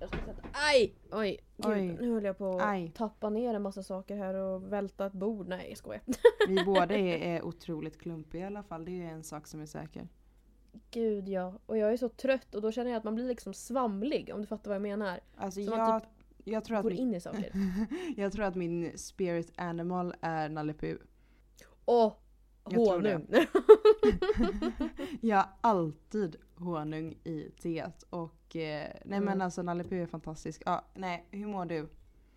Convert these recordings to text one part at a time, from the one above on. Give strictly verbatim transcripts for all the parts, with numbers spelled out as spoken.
Jag ska sätta... Aj! Oj, gud. Oj. Nu höll jag på att Aj. tappa ner en massa saker här och välta ett bord. Nej, jag skojar. Vi båda är, är otroligt klumpiga i alla fall. Det är ju en sak som är säker. Gud ja. Och jag är så trött och då känner jag att man blir liksom svamlig, om du fattar vad jag menar. Alltså Så man jag, typ jag, tror att går min, in i saker. jag tror att min spirit animal är Nalle Puh. Åh, Jag tror honung. Jag har alltid honung i teet. Och eh, nej Mm. men alltså Nalle Puh är fantastisk. Ja, nej, hur mår du?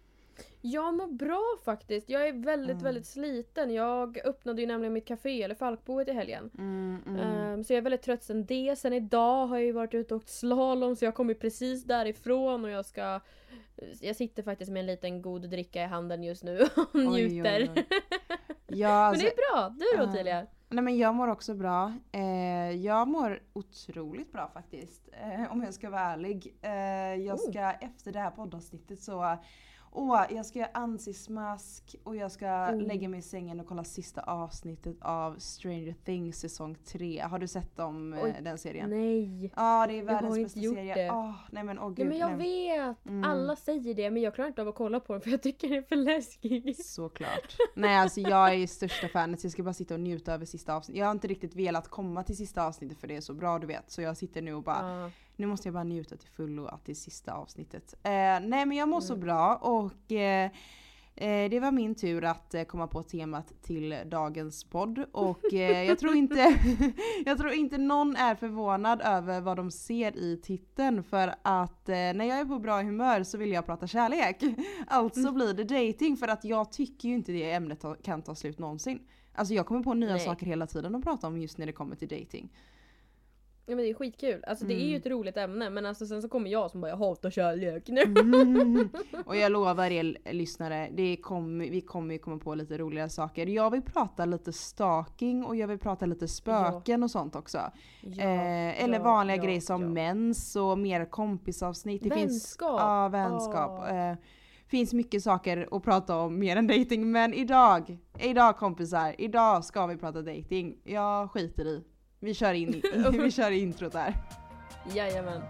Jag mår bra faktiskt. Jag är väldigt, Mm. väldigt sliten. Jag öppnade ju nämligen mitt café, eller Falkboet, i helgen. Mm, mm. Ehm, så jag är väldigt trött sen det. Sen idag har jag ju varit ute och åkt slalom, så jag kommer precis därifrån och jag ska... Jag sitter faktiskt med en liten god dricka i handen just nu och Oj, njuter. oj, oj. Ja, Men alltså, det är bra. Du då, uh, Ottilia? nej men jag mår också bra. Eh, jag mår otroligt bra faktiskt. Eh, om jag ska vara ärlig. Eh, jag Oh. ska efter det här poddavsnittet så... Åh, jag ska göra ansiktsmask och jag ska Mm. lägga mig i sängen och kolla sista avsnittet av Stranger Things säsong tre. Har du sett om eh, Oj, den serien? Nej. Ja, det är har världens inte bästa gjort serie. det. Åh, nej men åh Nej, gud. men jag nej. vet. Mm. Alla säger det, men jag klarar inte av att kolla på den för jag tycker det är för läskigt. Såklart. Nej, alltså jag är största fanet så jag ska bara sitta och njuta över sista avsnittet. Jag har inte riktigt velat komma till sista avsnittet för det är så bra, du vet. Så jag sitter nu och bara, Ja. nu måste jag bara njuta till fullo att det är sista avsnittet. Eh, nej, men jag mår så Mm. bra och eh, eh, det var min tur att eh, komma på temat till dagens podd. Och eh, jag tror inte jag tror inte någon är förvånad över vad de ser i titeln. För att eh, när jag är på bra humör så vill jag prata kärlek. Alltså Mm. blir det dating, för att jag tycker ju inte det ämnet ta, kan ta slut någonsin. Alltså jag kommer på nya Nej. saker hela tiden att prata om just när det kommer till dating. Ja, men det är skitkul. Alltså det är ju Mm. ett roligt ämne, men alltså sen så kommer jag som bara, jag hatar kärlek. Mm. Och jag lovar er lyssnare, det kom, vi kommer ju komma på lite roliga saker. Jag vill prata lite stalking och jag vill prata lite spöken och sånt också. Ja, eh, eller ja, vanliga ja, grejer som ja. mens och mer kompisavsnitt. Det Vänskap. Finns, ja, vänskap. Ah. Eh, finns mycket saker att prata om mer än dating. Men idag, idag kompisar, idag ska vi prata dating. Jag skiter i. Vi kör in i, vi kör i introt där. Jajamän.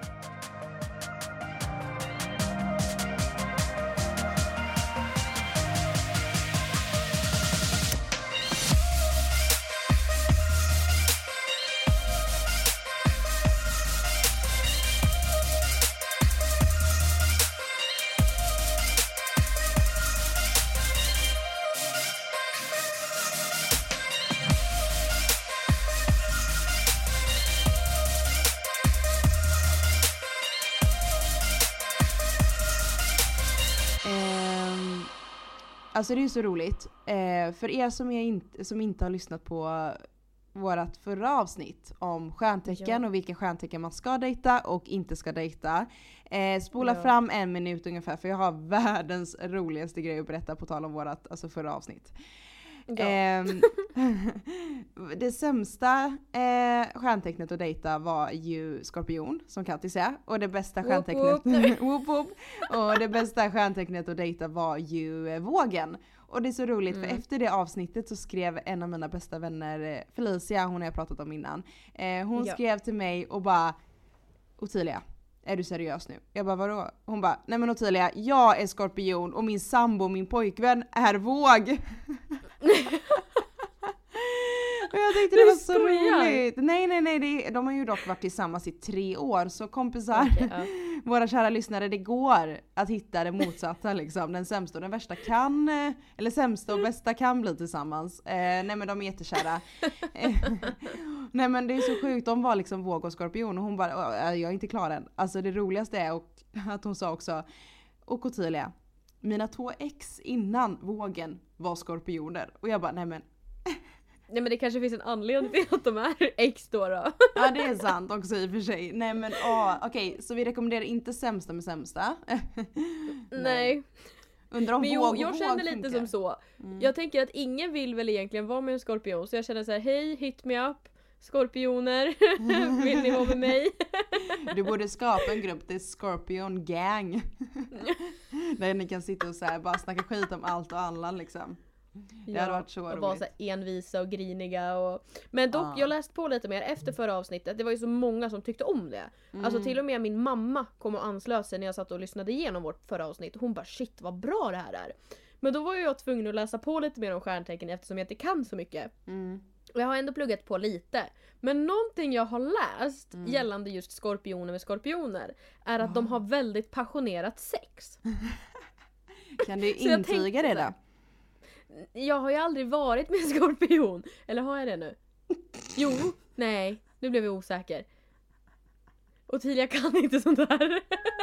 Ehm, alltså det är ju så roligt. Eh, för er som, är inte, som inte har lyssnat på vårat förra avsnitt om stjärntecken Ja. och vilka stjärntecken man ska dejta och inte ska dejta. Eh, spola Ja. fram en minut ungefär, för jag har världens roligaste grej att berätta på tal om vårat alltså förra avsnitt. Ja. Ehm, det sämsta eh, stjärntecknet att dejta var ju skorpion, som Katti säger. Och det bästa Woop, stjärntecknet woop. woop, woop. Och det bästa stjärntecknet att dejta var ju eh, vågen. Och det är så roligt Mm. för efter det avsnittet så skrev en av mina bästa vänner, eh, Felicia, hon har jag pratat om innan. Eh, hon Ja. skrev till mig och bara, Ottilia, är du seriös nu? Jag bara, vadå? Hon bara, nej men Ottilia, jag är skorpion och min sambo, min pojkvän, är våg. Och jag tänkte det Du var så skojar. roligt. Nej nej nej, det, de har ju dock varit tillsammans i tre år. Så kompisar, Okej, ja. våra kära lyssnare, det går att hitta det motsatta liksom. Den sämsta och den värsta kan, eh, eller sämsta och bästa kan bli tillsammans. Eh, nej men de är jättekära. Eh, nej men det är så sjukt, de var liksom våg och skorpion och hon bara, "Åh, jag är inte klar än." Alltså det roligaste är och, att hon sa också, och Ottilia, mina två ex innan vågen var skorpioner. Och jag bara, nej men Nej, men det kanske finns en anledning till att de är ex då då. ja, det är sant också i och för sig. Nej men åh, okej, så vi rekommenderar inte sämsta med sämsta. Nej. Undrar om Men våg jo, och jag våg känner lite funkar. som så. Mm. Jag tänker att ingen vill väl egentligen vara med en skorpion. Så jag känner så här: hej, hit me up. Skorpioner, vill ni vara med mig? Du borde skapa en grupp, det är Scorpion Gang. Där ni kan sitta och så här, bara snacka skit om allt och alla liksom. Det hade varit så och roligt. var så här envisa och griniga. Och... Men dock, Ja. jag läste på lite mer efter förra avsnittet. Det var ju så många som tyckte om det. Mm. Alltså till och med min mamma kom och anslöt sig när jag satt och lyssnade igenom vårt förra avsnitt. Hon bara, shit vad bra det här är. Men då var ju jag tvungen att läsa på lite mer om stjärntecken eftersom jag inte kan så mycket. Mm. Och jag har ändå pluggat på lite. Men någonting jag har läst Mm. gällande just skorpioner med skorpioner är att de har väldigt passionerat sex. Kan du Så jag intyga tänkte det så här, då? Jag har ju aldrig varit med en skorpion. Eller har jag det nu? Jo, nej. Nu blev jag osäker. Ottilia kan inte sånt där.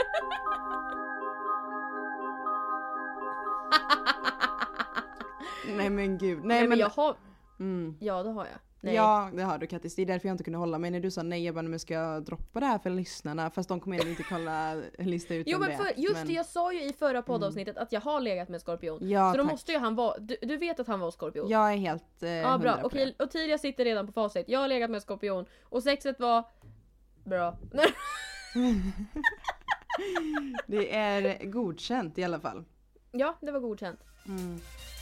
Nej men gud. Nej, Nej, men men jag har... Mm. Ja, det har jag. Nej. Ja, det har du Kattis. Det är därför jag inte kunde hålla mig när du sa nej. Jag bara, men ska jag droppa det här för lyssnarna? Fast de kommer ändå inte kolla, lista ut Jo vem men det är. för, just men... det, jag sa ju i förra poddavsnittet att jag har legat med en skorpion. Ja, så då tack. måste ju han vara... Du, du vet att han var skorpion? Jag är helt eh, Ja, bra. hundra på Okej, och Tidia sitter redan på facit. Jag har legat med en skorpion. Och sexet var... Bra. det. Det är godkänt i alla fall. Ja, det var godkänt. Mm.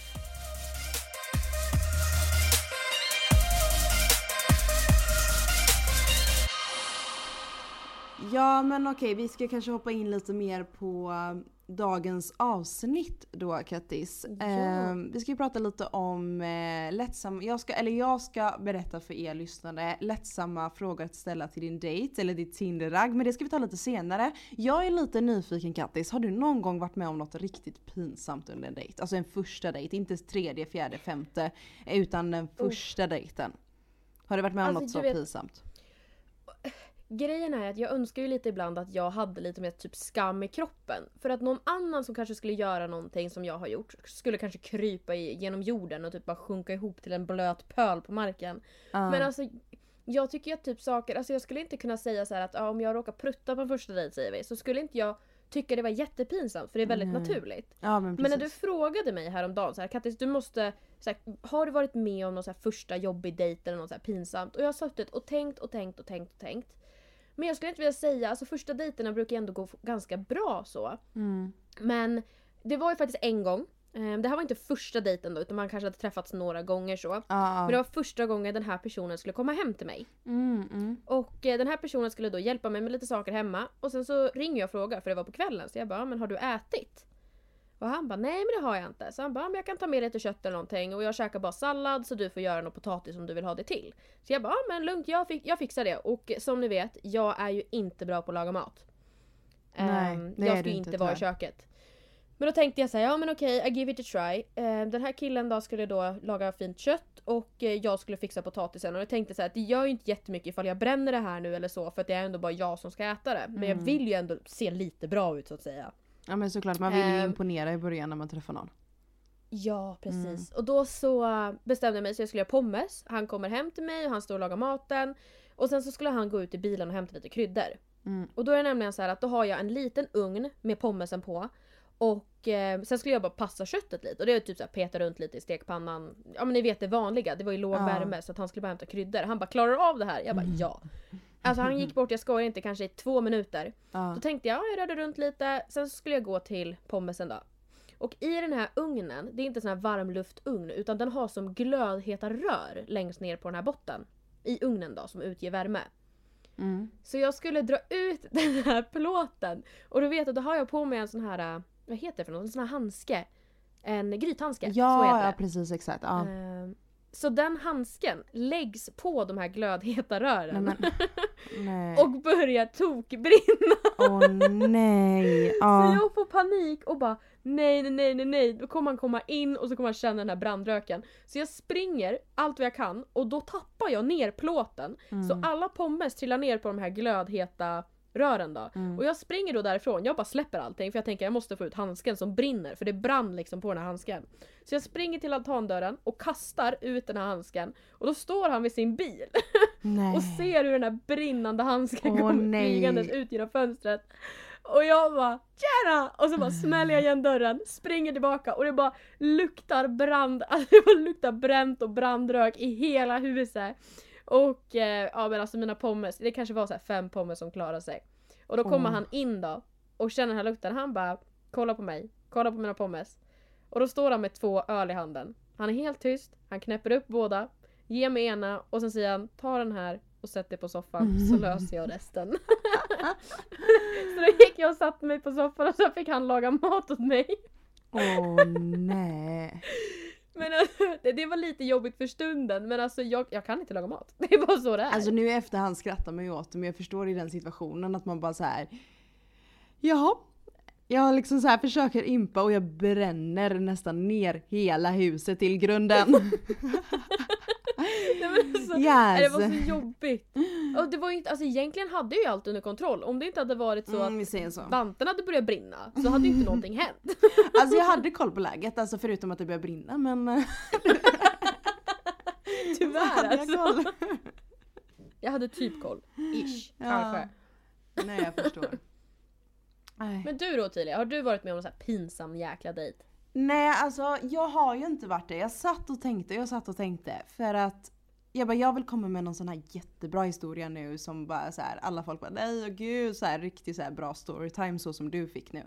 Ja men okej, vi ska kanske hoppa in lite mer på dagens avsnitt då Kattis. Ja. Eh, vi ska ju prata lite om eh, lättsamma, jag ska, eller jag ska berätta för er lyssnare lättsamma frågor att ställa till din dejt eller ditt Tinder-ragg, men det ska vi ta lite senare. Jag är lite nyfiken Kattis, har du någon gång varit med om något riktigt pinsamt under en dejt? Alltså en första dejt, inte tredje, fjärde, femte, utan den första oh. dejten. Har du varit med om Alltså, något så vet... pinsamt? Grejen är att jag önskar ju lite ibland att jag hade lite mer typ skam i kroppen. För att någon annan som kanske skulle göra någonting som jag har gjort skulle kanske krypa i, genom jorden och typ bara sjunka ihop till en blöt pöl på marken. Uh. Men alltså, jag tycker att typ saker, alltså jag skulle inte kunna säga så här att ja, om jag råkar prutta på en första dejt säger vi, så skulle inte jag tycka det var jättepinsamt för det är väldigt mm. naturligt. Ja, men, men när du frågade mig häromdagen så här, Kattis, du måste så här, har du varit med om någon så här första jobbig dejt eller något så här pinsamt? Och jag har suttit och tänkt och tänkt och tänkt och tänkt. Men jag skulle inte vilja säga, alltså första dejterna brukar ändå gå ganska bra så. Mm. Men det var ju faktiskt en gång. Det här var inte första dejten då, utan man kanske hade träffats några gånger så. Ah. Men det var första gången den här personen skulle komma hem till mig. Mm, mm. Och eh, den här personen skulle då hjälpa mig med lite saker hemma. Och sen så ringer jag och frågar, för det var på kvällen. Så jag bara, men har du ätit? Och han bara, nej men det har jag inte. Så han bara, men jag kan ta med lite kött eller någonting. Och jag käkar bara sallad så du får göra något potatis om du vill ha det till. Så jag bara, men lugnt, jag, fick, jag fixar det. Och som ni vet, jag är ju inte bra på att laga mat. Nej, um, det jag är ska du inte inte, vara i tyvärr. köket. Men då tänkte jag så här, ja men okej, I give it a try. Uh, den här killen då skulle då laga fint kött och uh, jag skulle fixa potatisen. Och jag tänkte så här, att det gör ju inte jättemycket ifall jag bränner det här nu eller så. För att det är ändå bara jag som ska äta det. Men Mm. jag vill ju ändå se lite bra ut så att säga. Ja men såklart, man vill ju Um, imponera i början när man träffar någon. Ja, precis. Mm. Och då så bestämde jag mig så jag skulle göra pommes. Han kommer hem till mig och han står och lagar maten. Och sen så skulle han gå ut i bilen och hämta lite kryddor. Mm. Och då är det nämligen så här att då har jag en liten ugn med pommesen på. Och eh, sen skulle jag bara passa köttet lite. Och det är typ så här peta runt lite i stekpannan. Ja men ni vet det vanliga. Det var ju låg Ja. värme så att han skulle bara hämta kryddor. Han bara, klarar du av det här? Jag bara, ja. Alltså han gick bort, jag skojar inte, kanske i två minuter. Ja. Då tänkte jag, ja, jag rörde runt lite. Sen så skulle jag gå till pommesen då. Och i den här ugnen, det är inte sån här varmluftugn utan den har som glödheta rör längst ner på den här botten. I ugnen då, som utger värme. Mm. Så jag skulle dra ut den här plåten. Och du vet att då har jag på mig en sån här, äh, vad heter det för något? En sån här handske. En grythandske, så heter Ja, ja det. precis exakt. Ja. Ehm, Så den handsken läggs på de här glödheta rören. Nej, men, nej. Och börjar tokbrinna. Åh nej. Så Ja. jag får panik och bara nej, nej, nej, nej, nej. Då kommer han komma in och så kommer han känna den här brandröken. Så jag springer allt vad jag kan och då tappar jag ner plåten. Mm. Så alla pommes trillar ner på de här glödheta rören då. Mm. Och jag springer då därifrån. Jag bara släpper allting för jag tänker jag måste få ut handsken som brinner. För det brann liksom på den här handsken. Så jag springer till altandörren och kastar ut den här handsken. Och då står han vid sin bil. Nej. Och ser hur den här brinnande handsken Åh, kommer nej. flygandes ut genom fönstret. Och jag bara, tjena! Och så bara smäller jag igen dörren, springer tillbaka och det bara luktar brand, alltså det bara luktar bränt och brandrök i hela huset. Och eh, ja men alltså mina pommes, det kanske var så här fem pommes som klarade sig. Och då kommer Oh. han in då och känner den här lukten, han bara, kolla på mig, kolla på mina pommes. Och då står han med två öl i handen. Han är helt tyst, han knäpper upp båda, ger mig ena och sen säger han, ta den här och sätt dig på soffan så löser jag resten. Så då gick jag och satte mig på soffan och så fick han laga mat åt mig. Åh oh, nej. Men alltså, det, det var lite jobbigt för stunden, men alltså jag, jag kan inte laga mat. Det är bara så det är. Alltså nu i efterhand skrattar man ju åt det, men jag förstår i den situationen att man bara så här. Jaha. Jag liksom så här försöker impa och jag bränner nästan ner hela huset till grunden. Nej, men alltså, yes. Det var så jobbigt. Och det var ju inte, alltså egentligen hade jag ju allt under kontroll. Om det inte hade varit så mm, att så. vantarna hade börjat brinna så hade ju inte någonting hänt. Alltså jag hade koll på läget, alltså förutom att det började brinna, men tyvärr hade alltså. jag, koll. Jag hade typ koll. Ish, ja. kanske. Nej, jag förstår. Nej. Men du då Tilia, har du varit med om en sån här pinsam jäkla dejt? Nej, alltså jag har ju inte varit det. Jag satt och tänkte, jag satt och tänkte för att jag bara, jag vill komma med någon sån här jättebra historia nu som bara så här, alla folk bara nej och gud, så här riktigt så här bra storytime så som du fick nu.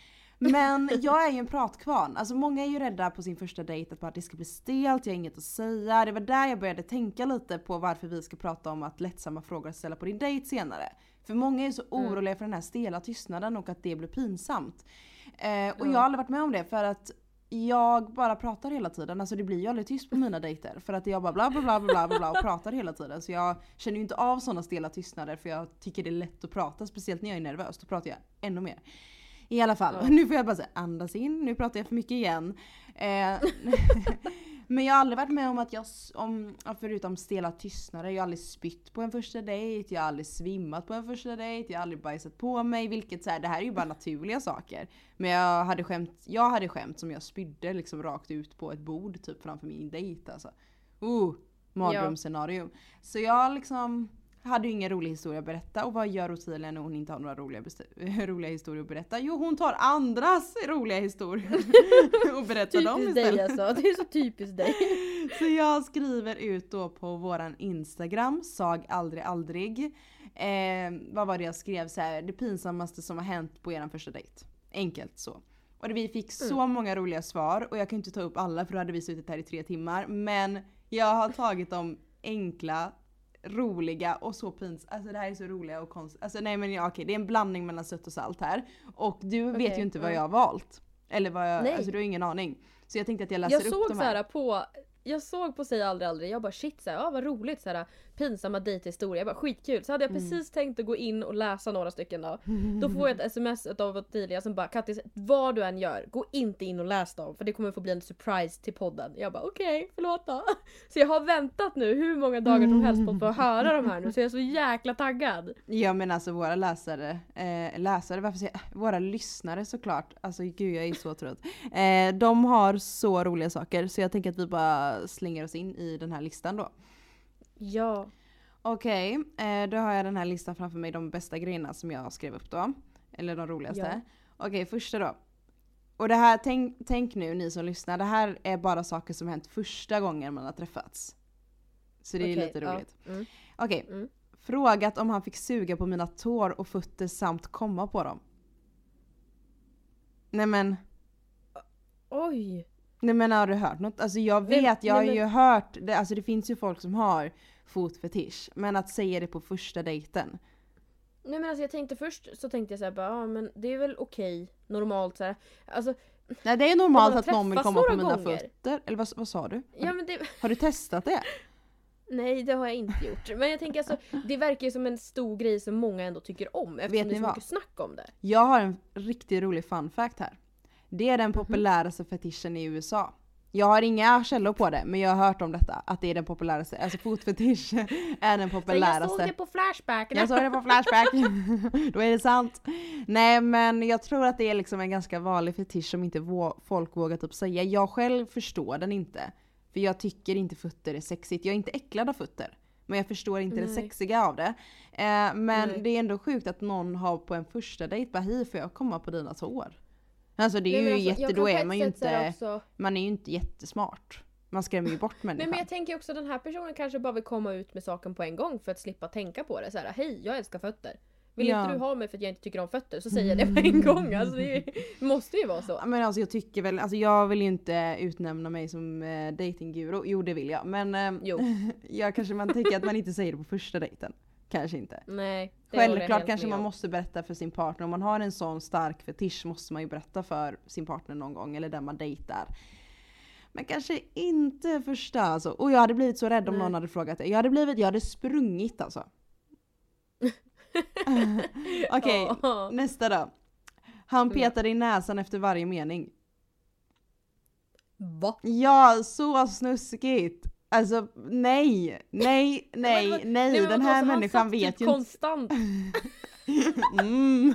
Men jag är ju en pratkvarn. Alltså många är ju rädda på sin första dejt att bara det ska bli stelt, jag har inget att säga. Det var där jag började tänka lite på varför vi ska prata om att lättsamma frågor att ställa på din dejt senare. För många är så oroliga mm. för den här stela tystnaden och att det blir pinsamt. Eh, och mm. jag har aldrig varit med om det för att jag bara pratar hela tiden. Alltså det blir ju aldrig tyst på mina dejter. För att jag bara bla bla bla bla bla bla och pratar hela tiden. Så jag känner ju inte av sådana stela tystnader för jag tycker det är lätt att prata. Speciellt när jag är nervös, då pratar jag ännu mer. I alla fall, ja. Nu får jag bara säga andas in. Nu pratar jag för mycket igen. Eh, men jag har aldrig varit med om att jag, om, förutom stela tystnader, jag har aldrig spytt på en första dejt. Jag har aldrig svimmat på en första dejt. Jag har aldrig bajsat på mig. Vilket så här, det här är ju bara naturliga saker. Men jag hade skämt, jag hade skämt som jag spydde liksom rakt ut på ett bord typ framför min dejt. Alltså. Uh, mardrömsscenario. Ja. Så jag liksom hade ju ingen rolig historia att berätta. Och vad gör Ottilia när hon inte har några roliga, best- roliga historier att berätta? Jo, hon tar andras roliga historier och berättar dem istället. Typiskt dig alltså, det är så typiskt dig. Så jag skriver ut då på våran Instagram, sag aldrig aldrig. Eh, vad var det jag skrev så här? Det pinsammaste som har hänt på eran första dejt. Enkelt så. Och vi fick så mm. många roliga svar. Och jag kan inte ta upp alla för då hade vi suttit här i tre timmar. Men jag har tagit de enkla, roliga och så pins. Alltså det här är så roliga och konstigt. Alltså nej men ja, okej, det är en blandning mellan sött och salt här. Och du okay, vet ju inte vad jag har valt. Eller vad jag, nej. Alltså du har ingen aning. Så jag tänkte att jag läser jag upp de här. Jag såg på, jag såg på Säg aldrig aldrig. Jag bara shit såhär, ja vad roligt såhär pinsamma dejthistoria. Jag bara skitkul. Så hade jag precis mm. tänkt att gå in och läsa några stycken då. Då får jag ett sms av Ottilia som bara Kattis, vad du än gör, gå inte in och läs dem. För det kommer få bli en surprise till podden. Jag bara okej, okay, förlåt då. Så jag har väntat nu hur många dagar som helst på att få höra de här nu. Så jag är så jäkla taggad. Ja men alltså våra läsare, eh, läsare, varför säger jag? Våra lyssnare såklart. Alltså gud jag är så trött. Eh, de har så roliga saker. Så jag tänker att vi bara slänger oss in i den här listan då. Ja. Okej, okay, eh, då har jag den här listan framför mig. De bästa grejerna som jag skrev upp då. Eller de roligaste. Ja. Okej, okay, första då. Och det här, tänk, tänk nu ni som lyssnar. Det här är bara saker som hänt första gången man har träffats. Så det är okay, lite roligt. Ja. Mm. Okej, okay. mm. Frågat om han fick suga på mina tår och fötter samt komma på dem. Nej men. Oj. Nej men har du hört något? Alltså jag vet, nej, jag har nej, men... ju hört. Det, alltså det finns ju folk som har fotfetisch. Men att säga det på första dejten. Nej men alltså jag tänkte först så tänkte jag så här bara, ja men det är väl okej, normalt så här. Alltså nej det är normalt att någon vill komma på mina gånger. Fötter. Eller vad, vad sa du? Har, ja, men det... har du testat det? Nej det har jag inte gjort. Men jag tänker alltså, det verkar ju som en stor grej som många ändå tycker om. Eftersom vet det är så vad? Mycket snack om det. Jag har en riktigt rolig fun fact här. Det är den populäraste mm-hmm. fetischen i U S A. Jag har inga källor på det, men jag har hört om detta. Att det är den populäraste. Alltså fotfetisch är den populäraste. Så jag såg det på Flashback. Jag såg det på Flashback. Då är det sant. Nej, men jag tror att det är liksom en ganska vanlig fetisch som inte vå- folk vågar typ säga. Jag själv förstår den inte. För jag tycker inte fötter är sexigt. Jag är inte äcklad av fötter. Men jag förstår inte Nej. det sexiga av det. Eh, men Nej. det är ändå sjukt att någon har på en första dejt bara, hej får jag komma på dina tår? Alltså det är Nej, ju alltså, jätte, då är man ju inte, också... man är ju inte jättesmart. Man skrämmer ju bort människan. Nej men jag tänker också den här personen kanske bara vill komma ut med saken på en gång för att slippa tänka på det. Så här, hej jag älskar fötter. Vill Ja. inte du ha mig för att jag inte tycker om fötter, så säger jag det på en gång. Alltså det är, måste ju vara så. Ja, men alltså jag tycker väl, alltså jag vill ju inte utnämna mig som eh, datingguru. Jo, det vill jag. Men eh, Jo. jag kanske man tycker att man inte säger det på första dejten. Kanske inte. Nej, det håller jag Självklart helt kanske med man om. måste berätta för sin partner. Om man har en sån stark fetisch måste man ju berätta för sin partner någon gång. Eller den man dejtar. Men kanske inte första alltså. Och jag hade blivit så rädd om Nej. någon hade frågat det. Jag hade blivit, jag hade sprungit alltså. Okej, Ja. nästa då. Han Mm. petade i näsan efter varje mening. Va? Ja, så snuskigt. Alltså nej, nej, nej, Men- nej, men vadå, den så här han människan satt vet typ ju inte. konstant. Mm.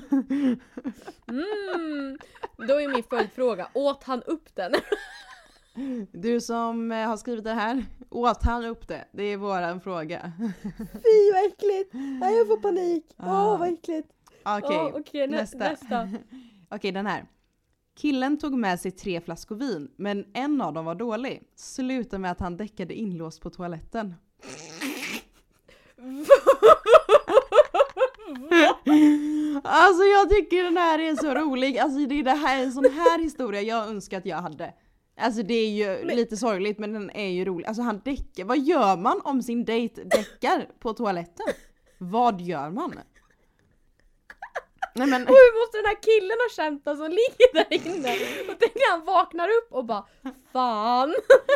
Mm. Då är min följdfråga, åt han upp den? Du som eh, har skrivit det här, åt han upp det? Det är våran fråga. Fy vad äckligt! Nej, jag får panik. Åh Ah. vad äckligt. Okej, Ja, okej, nä- nästa. nästa. Okej, den här. Killen tog med sig tre flaskor vin, men en av dem var dålig. Slutade med att han däckade inlåst på toaletten. Alltså jag tycker den här är så rolig. Alltså det är det här en sån här historia jag önskar att jag hade. Alltså det är ju Men- lite sorgligt men den är ju rolig. Alltså han däckar. Vad gör man om sin dejt däckar på toaletten? Vad gör man? Nej men Och hur måste den här killen ha känt som ligger där inne? Och tänk när han vaknar upp och bara fan.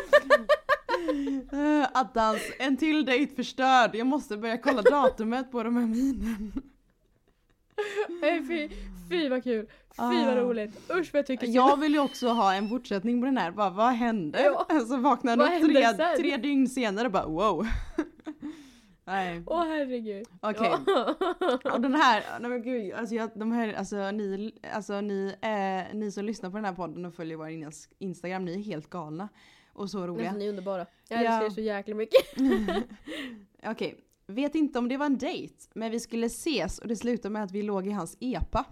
uh, attans, en till dejt förstörd. Jag måste börja kolla datumet på de här minen. Nej, fy, fy vad kul. Fy Ah. vad roligt. Usch vad jag tycker Jag vill ju också ha en fortsättning på den här. Bara, vad hände? Ja. Alltså vaknar Vad upp hände tre, sen? tre dygn senare och bara wow. Nej. Åh herregud. Okej. Ja. Och den här, nej men gud, alltså, jag, de här, alltså, ni, alltså ni, eh, ni som lyssnar på den här podden och följer vår ins- Instagram, ni är helt galna. Och så roliga. Men ni är underbara. Jag Ja. älskar er så jäkla mycket. Okej, vet inte om det var en dejt, men vi skulle ses och det slutade med att vi låg i hans epa.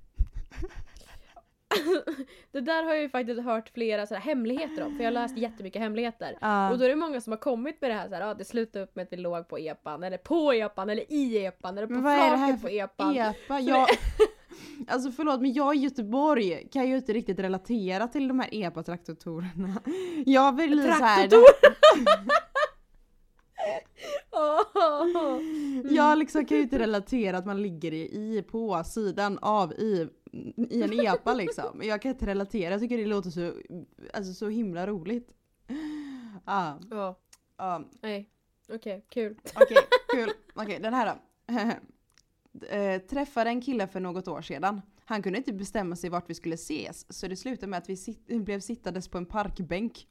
Det där har jag ju faktiskt hört flera så här hemligheter om. För jag har läst jättemycket hemligheter. Uh, Och då är det många som har kommit med det här så här, ah, det slutade upp med att vi låg på epan, eller på epan, eller i epan, eller på Men vad är det här flaket för på epan. epa, jag, alltså förlåt men jag i Göteborg kan ju inte riktigt relatera till de här epa-traktorerna. Jag vill bli så här. Oh. Jag liksom kan ju inte relatera att man ligger i, i på sidan av i, i en epa liksom. Jag kan inte relatera, jag tycker det låter så, alltså så himla roligt. Ah, Ja, ah, nej. Okej, kul. Okej, kul. Okej, den här då. eh, träffade en kille för något år sedan. Han kunde inte bestämma sig vart vi skulle ses, så det slutade med att vi sit- blev sittandes på en parkbänk.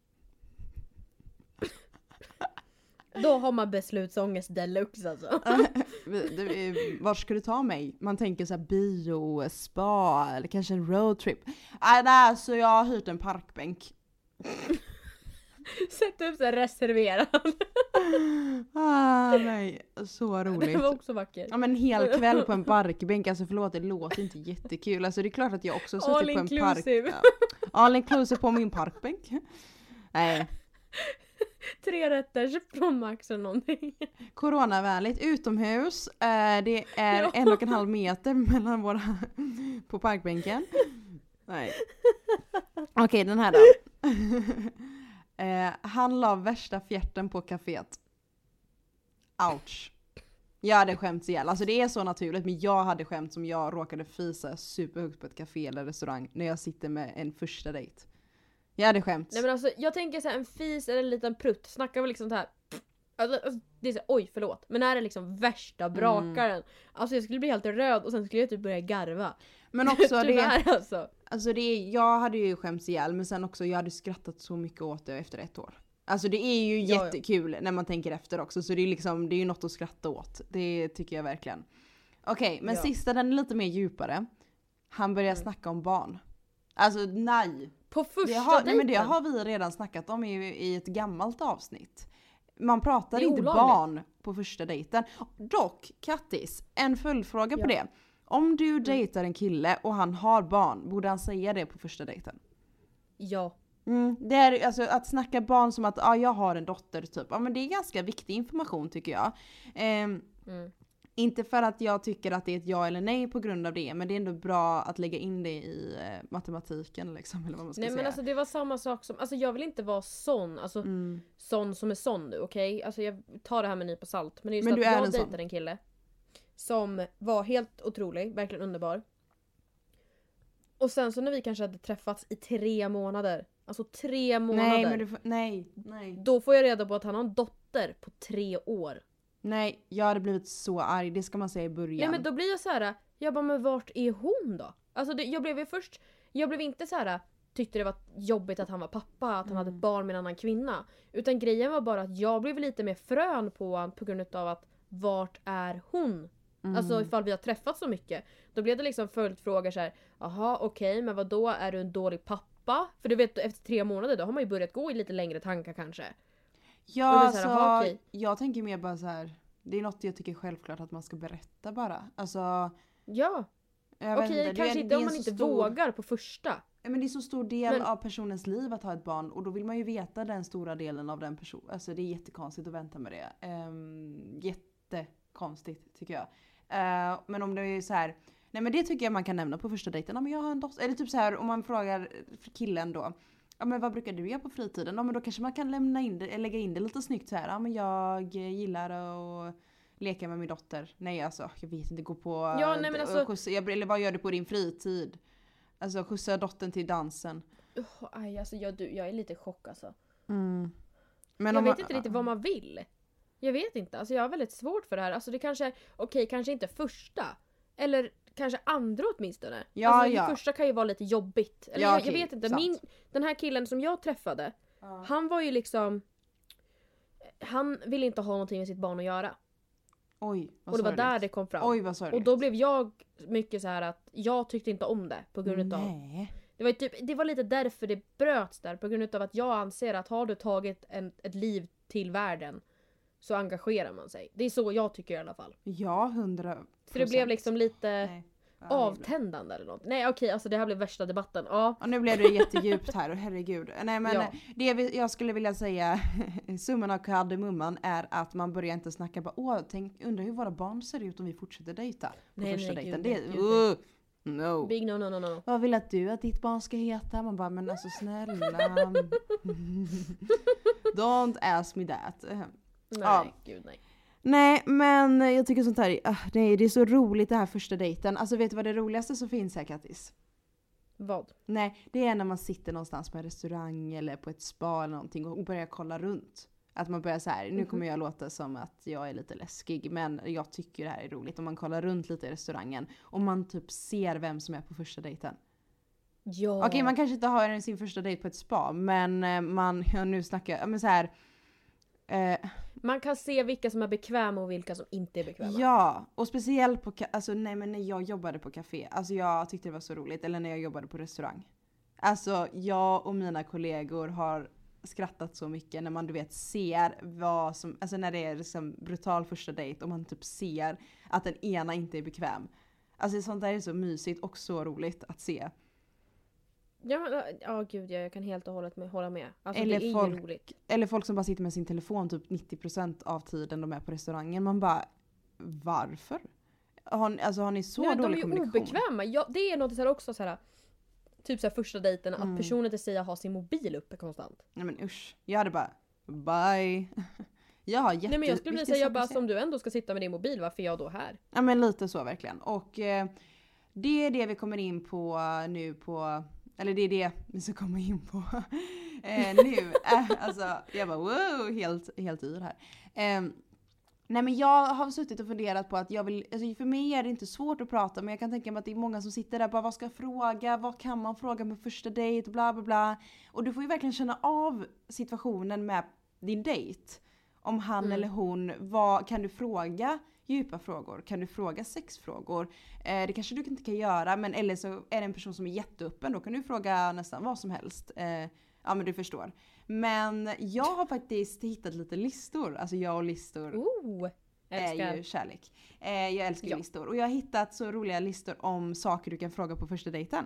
Då har man beslutsångest deluxe alltså. Vi- det- eh, Vart ska du ta mig? Man tänker så här bio, spa eller kanske en roadtrip. Nej, nej, så jag har hyrt en parkbänk. Sätt upp så här reserverad. Ah, nej, så Det roligt. var också vackert. Ja men en hel kväll på en parkbänk, alltså förlåt det låter inte jättekul. Alltså det är klart att jag också har All suttit på en park. inclusive. Ja. All inclusive på min parkbänk. Nej. Tre rätter från Max eller någonting. Coronavänligt utomhus. Eh, det är Ja. en och en halv meter mellan våra på parkbänken. Nej. Okej, den här då. eh, han la värsta fjärten på kaféet. Ouch. Jag hade skämts ihjäl. Alltså det är så naturligt, men jag hade skämt som jag råkade fisa superhögt på ett café eller restaurang när jag sitter med en första dejt. Jag hade skämts. Nej men alltså jag tänker så här, en fis eller en liten prutt. Snackar vi liksom så här. Alltså, alltså det är så här, oj förlåt. Men är det liksom värsta brakaren. Mm. Alltså jag skulle bli helt röd och sen skulle jag typ börja garva. Men också det, Tyvärr alltså. alltså det, jag hade ju skämts ihjäl, men sen också jag hade skrattat så mycket åt det efter ett år. Alltså det är ju Ja, ja. jättekul när man tänker efter också, så det är liksom, det är ju något att skratta åt. Det tycker jag verkligen. Okej, men Ja. sista, den är lite mer djupare. Han börjar Mm. snacka om barn. Alltså nej. På första Det har, nej men det dejten. har vi redan snackat om i, i ett gammalt avsnitt. Man pratar Det är inte olagligt. barn på första dejten. Dock, Kattis, en följdfråga på Ja. det. Om du dejtar en kille och han har barn, borde han säga det på första dejten? Ja. Mm, det är alltså att snacka barn som att ah, jag har en dotter typ. Ja men det är ganska viktig information tycker jag. Ehm, Mm. Inte för att jag tycker att det är ett ja eller nej på grund av det, men det är ändå bra att lägga in det i eh, matematiken liksom, eller vad man ska Nej säga. men alltså det var samma sak som, alltså jag vill inte vara sån, alltså Mm. sån som är sån nu, okej? Okay? Alltså jag tar det här med en nypa salt, men det är just Men att du är jag en sån. dejtade en kille som var helt otrolig, verkligen underbar. Och sen så när vi kanske hade träffats i tre månader, alltså tre månader, Nej, men du får, nej, nej. då får jag reda på att han har en dotter på tre år. Nej, jag hade blivit så arg, det ska man säga i början. Nej men då blir jag så här. Jag bara, men vart är hon då? Alltså det, jag blev ju först, jag blev inte så här. Tyckte det var jobbigt att han var pappa, att han Mm. hade ett barn med en annan kvinna. Utan grejen var bara att jag blev lite mer frön på honom på grund av att vart är hon? Mm. Alltså ifall vi har träffat så mycket. Då blev det liksom följdfrågor så här. Jaha okej, okay, men vad då är du en dålig pappa? För du vet efter tre månader då har man ju börjat gå i lite längre tankar kanske. Ja, Och det är alltså, så här, aha, okej. jag tänker mer bara så här. Det är något jag tycker självklart att man ska berätta bara. Alltså, Ja, jag vet okej inte, det är- kanske det inte är om en man så inte stor- vågar på första. Men det är så stor del Men- av personens liv att ha ett barn, och då vill man ju veta den stora delen av den personen. Alltså det är jättekonstigt att vänta med det. Um, jättekonstigt tycker jag. Uh, men om det är så här, nej men det tycker jag man kan nämna på första dejten. Ja, men jag har en dotter. Eller typ så här om man frågar killen då. Ja men vad brukar du göra på fritiden? Ja men då kanske man kan lämna in det, lägga in det lite snyggt så här. Ja men jag gillar att leka med min dotter. Nej alltså, jag vet inte, gå på... Ja, nej, men alltså- skjutsa, eller vad gör du på din fritid? Alltså skjutsa dottern till dansen. Oh, aj, alltså jag, du, jag är lite chock alltså. Mm. Men Jag om vet man, inte riktigt vad man vill. Jag vet inte, alltså jag har väldigt svårt för det här. Alltså det kanske, okej okay, kanske inte första. Eller kanske andra åtminstone. Ja, alltså ja. det första kan ju vara lite jobbigt. Eller Ja, jag, okej, jag vet inte, sant. min, den här killen som jag träffade. Ja. Han var ju liksom, han ville inte ha någonting med sitt barn att göra. Oj, vad Och det var sorgligt. där det kom fram. Oj vad sorgligt. Och då blev jag mycket så här att jag tyckte inte om det på grund av. Nej. Det var, ju typ, det var lite därför det bröts där. På grund av att jag anser att har du tagit en, ett liv till världen så engagerar man sig. Det är så jag tycker i alla fall. Ja, hundra procent. Så det blev liksom lite Nej. Ja, avtändande eller något. Nej okej, alltså det här blev värsta debatten. Ja. Och nu blev det jättedjupt här, och herregud. Nej men Ja. det vi- jag skulle vilja säga, summan av kardemumman är att man börjar inte snacka bara, åh, tänk, undrar hur våra barn ser ut om vi fortsätter dejta på Nej, första nej, dejten. gud, Det nej, är, gud, nej. uh, no. Big no no no no. Vad vill att du att ditt barn ska heta? Man bara, men alltså snälla. Don't ask me that. Nej Ja. gud nej. Nej, men jag tycker sånt här, ah, nej, det är så roligt det här första dejten. Alltså vet du vad det roligaste som finns här, Kattis? Vad? Nej, det är när man sitter någonstans på en restaurang eller på ett spa eller någonting och börjar kolla runt. Att man börjar så här, nu kommer jag låta som att jag är lite läskig, men jag tycker det här är roligt. Om man kollar runt lite i restaurangen och man typ ser vem som är på första dejten. Ja. Okej, man kanske inte har sin första dejt på ett spa, men eh, man, ja, nu snackar jag, men så här. Eh, Man kan se vilka som är bekväma och vilka som inte är bekväma. Ja, och speciellt på, ka- alltså nej men när jag jobbade på café, alltså jag tyckte det var så roligt, eller när jag jobbade på restaurang. Alltså jag och mina kollegor har skrattat så mycket när man du vet ser vad som, alltså när det är liksom brutal första dejt och man typ ser att den ena inte är bekväm. Alltså sånt där är så mysigt och så roligt att se. Ja, men, ja gud jag kan helt och hållet med, hålla med. Alltså Eller det är folk- ju roligt. Eller folk som bara sitter med sin telefon typ nittio procent av tiden de är på restaurangen. Man bara, varför? Har, ni- alltså har ni så Nej, men de är dålig ju kommunikation? obekväma. Ja, det är något så här också så här. Typ så här första dejten Mm. att personen till säger har sin mobil uppe konstant. Nej men usch, jag hade bara bye. Jag har jätte... Nej men jag skulle vi bli ska säga jag bara se- som du ändå ska sitta med din mobil, varför är jag då här? Ja men lite så verkligen. Och eh, det är det vi kommer in på eh, nu på, eller det är det vi ska komma in på eh, nu. Eh, alltså jag bara wow, helt, helt yr här. Eh, nej men jag har suttit och funderat på att jag vill, alltså för mig är det inte svårt att prata, men jag kan tänka mig att det är många som sitter där bara, vad ska jag fråga, vad kan man fråga med första dejt, bla bla bla. Och du får ju verkligen känna av situationen med din dejt. Om han Mm. eller hon, vad kan du fråga djupa frågor? Kan du fråga sexfrågor? Eh, det kanske du inte kan göra, men eller så är det en person som är jätteöppen, då kan du fråga nästan vad som helst. Eh, ja men du förstår. Men jag har faktiskt hittat lite listor, alltså jag och listor Oh, älskar. är ju kärlek. Eh, jag älskar ju Ja. listor. Och jag har hittat så roliga listor om saker du kan fråga på första dejten.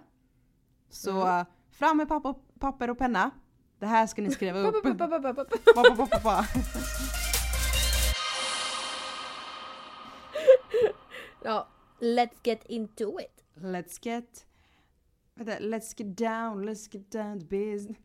Så Mm. fram med papper, papper och penna. Det här ska ni skriva upp. Pa, pa, pa, pa, pa, pa. Pa, pa, pa, pa, pa. Let's get into it. Let's get... Vänta, let's get down, let's get down to business.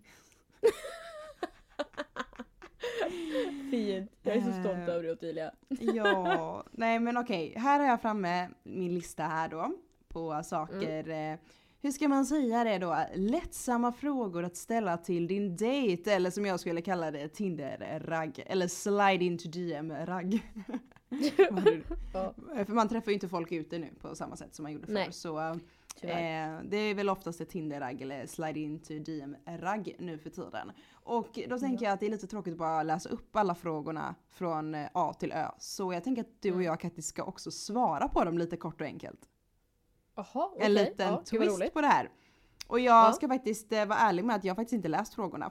Fint. Jag är så stolt över det, Ottilia. Ja, nej men okej. Här har jag framme min lista här då. På saker... Mm. Hur ska man säga det då? Lättsamma frågor att ställa till din date. Eller som jag skulle kalla det, Tinder-ragg. Eller slide into D M-ragg. Ja. För man träffar ju inte folk ute nu på samma sätt som man gjorde förr. Nej. Så eh, det är väl oftast ett Tinder-ragg eller slide into D M-ragg nu för tiden. Och då tänker ja. jag att det är lite tråkigt att bara läsa upp alla frågorna från A till Ö. Så jag tänker att du och jag Kattis ska också svara på dem lite kort och enkelt. Aha, okay. En liten ja, twist på det här. Och jag ja. ska faktiskt eh, vara ärlig med att jag faktiskt inte läst frågorna.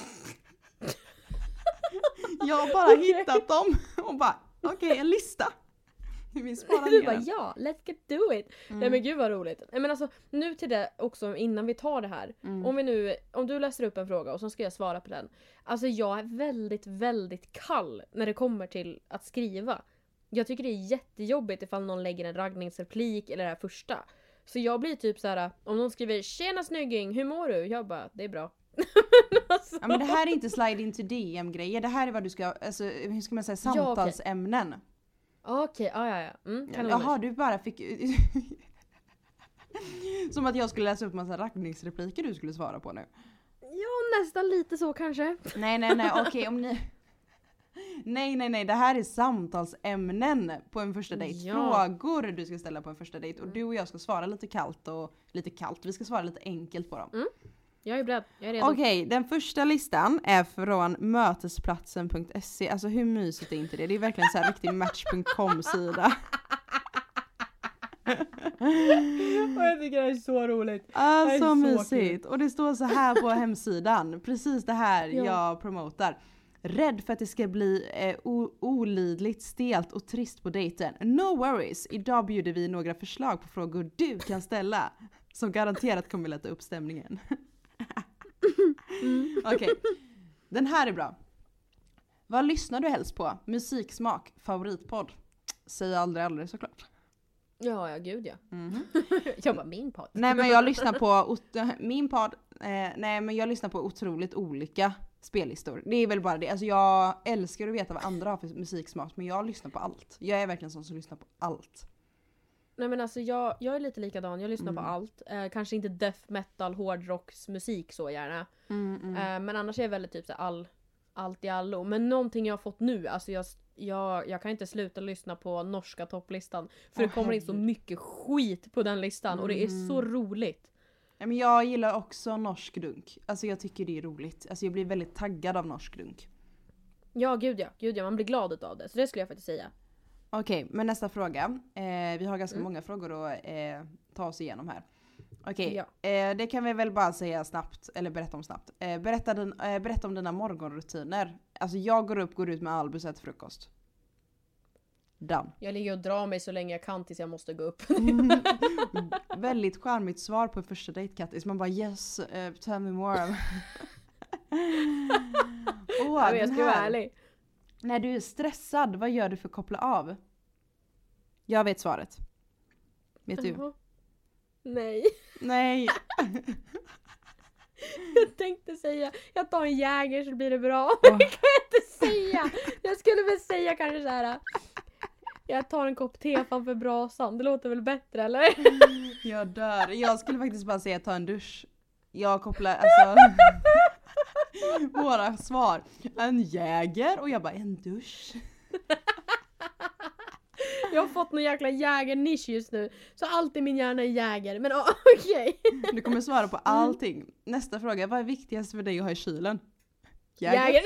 Jag har bara okay. hittat dem och bara, okej, okay, en lista. Vi sparar du bara, ja, let's get do it. Mm. Nej men gud vad roligt. Men alltså, nu till det också innan vi tar det här. Mm. Om vi nu, om du läser upp en fråga och så ska jag svara på den. Alltså jag är väldigt, väldigt kall när det kommer till att skriva. Jag tycker det är jättejobbigt ifall någon lägger en raggningsreplik eller det här första. Så jag blir typ så här: om någon skriver tjena snygging, hur mår du? Jag bara, det är bra. Alltså. Ja men det här är inte slide into D M-grejer. Det här är vad du ska, alltså hur ska man säga, samtalsämnen. Ja, okej, okay. ja ja ja. Mm, ja jaha, du bara fick... Som att jag skulle läsa upp massa raggningsrepliker du skulle svara på nu. Ja, nästan lite så kanske. Nej, nej, nej, okej okay, om ni... Nej, nej, nej. Det här är samtalsämnen på en första dejt. Ja. Frågor du ska ställa på en första dejt. Och du och jag ska svara lite kallt och lite kallt. Vi ska svara lite enkelt på dem. Mm. Jag är beredd. Jag är redo. Okej, okay, den första listan är från mötesplatsen punkt se. Alltså hur mysigt är inte det? Det är verkligen så här riktig match punkt com-sida. Och jag tycker det är så roligt. Alltså så mysigt. Kul. Och det står så här på hemsidan. Precis det här ja. jag promotar. Rädd för att det ska bli eh, o- olidligt, stelt och trist på dejten. No worries. Idag bjuder vi några förslag på frågor du kan ställa. Som garanterat kommer lätta upp stämningen. mm. Okej. Okay. Den här är bra. Vad lyssnar du helst på? Musiksmak, favoritpodd? Säg aldrig aldrig såklart. Ja, ja gud ja. Mm-hmm. Jag bara, min podd. Nej men jag lyssnar på ot- min podd. Eh, nej men jag lyssnar på otroligt olika spellistor. Det är väl bara det. Alltså jag älskar att veta vad andra har för musiksmak, men jag lyssnar på allt. Jag är verkligen sån som lyssnar på allt. Nej men alltså jag, jag är lite likadan. Jag lyssnar mm. på allt. Eh, kanske inte death metal, hårdrocks musik så gärna. Mm, mm. Eh, men annars är jag väldigt typ så all, allt i allo. Men någonting jag har fått nu, alltså jag, jag, jag kan inte sluta lyssna på norska topplistan. För oh, det kommer in så mycket skit på den listan. Mm. Och det är så roligt. Ja, men jag gillar också norsk dunk. Alltså jag tycker det är roligt. Alltså jag blir väldigt taggad av norsk dunk. Ja, gud ja. Gud ja, man blir glad av det. Så det skulle jag faktiskt säga. Okej, okay, men nästa fråga. Eh, vi har ganska mm. många frågor att eh, ta oss igenom här. Okej, okay, ja. eh, det kan vi väl bara säga snabbt, eller berätta om snabbt. Eh, berätta, din, eh, berätta om dina morgonrutiner. Alltså jag går upp, går ut med Albus och äter frukost. Done. Jag ligger och drar mig så länge jag kan tills jag måste gå upp. mm. Väldigt charmigt svar på första dejt, Kattis. Man bara yes, uh, tell me more. oh, ja, jag ska vara ärlig. När du är stressad, vad gör du för att koppla av? Jag vet svaret. Vet du? Uh-huh. Nej. Nej. Jag tänkte säga, jag tar en Jäger så blir det bra. Men oh. det kan jag inte säga. Jag skulle väl säga kanske så här. Jag tar en kopp te framför brasan. Det låter väl bättre, eller? Jag dör. Jag skulle faktiskt bara säga ta en dusch. Jag kopplar, alltså... våra svar. En Jäger och jag bara, en dusch. Jag har fått någon jäkla Jäger-nisch just nu. Så allt i min hjärna är Jäger. Men oh, okej. Okay. Du kommer svara på allting. Mm. Nästa fråga. Vad är viktigast för dig att ha i kylen? Jäger. Jäger.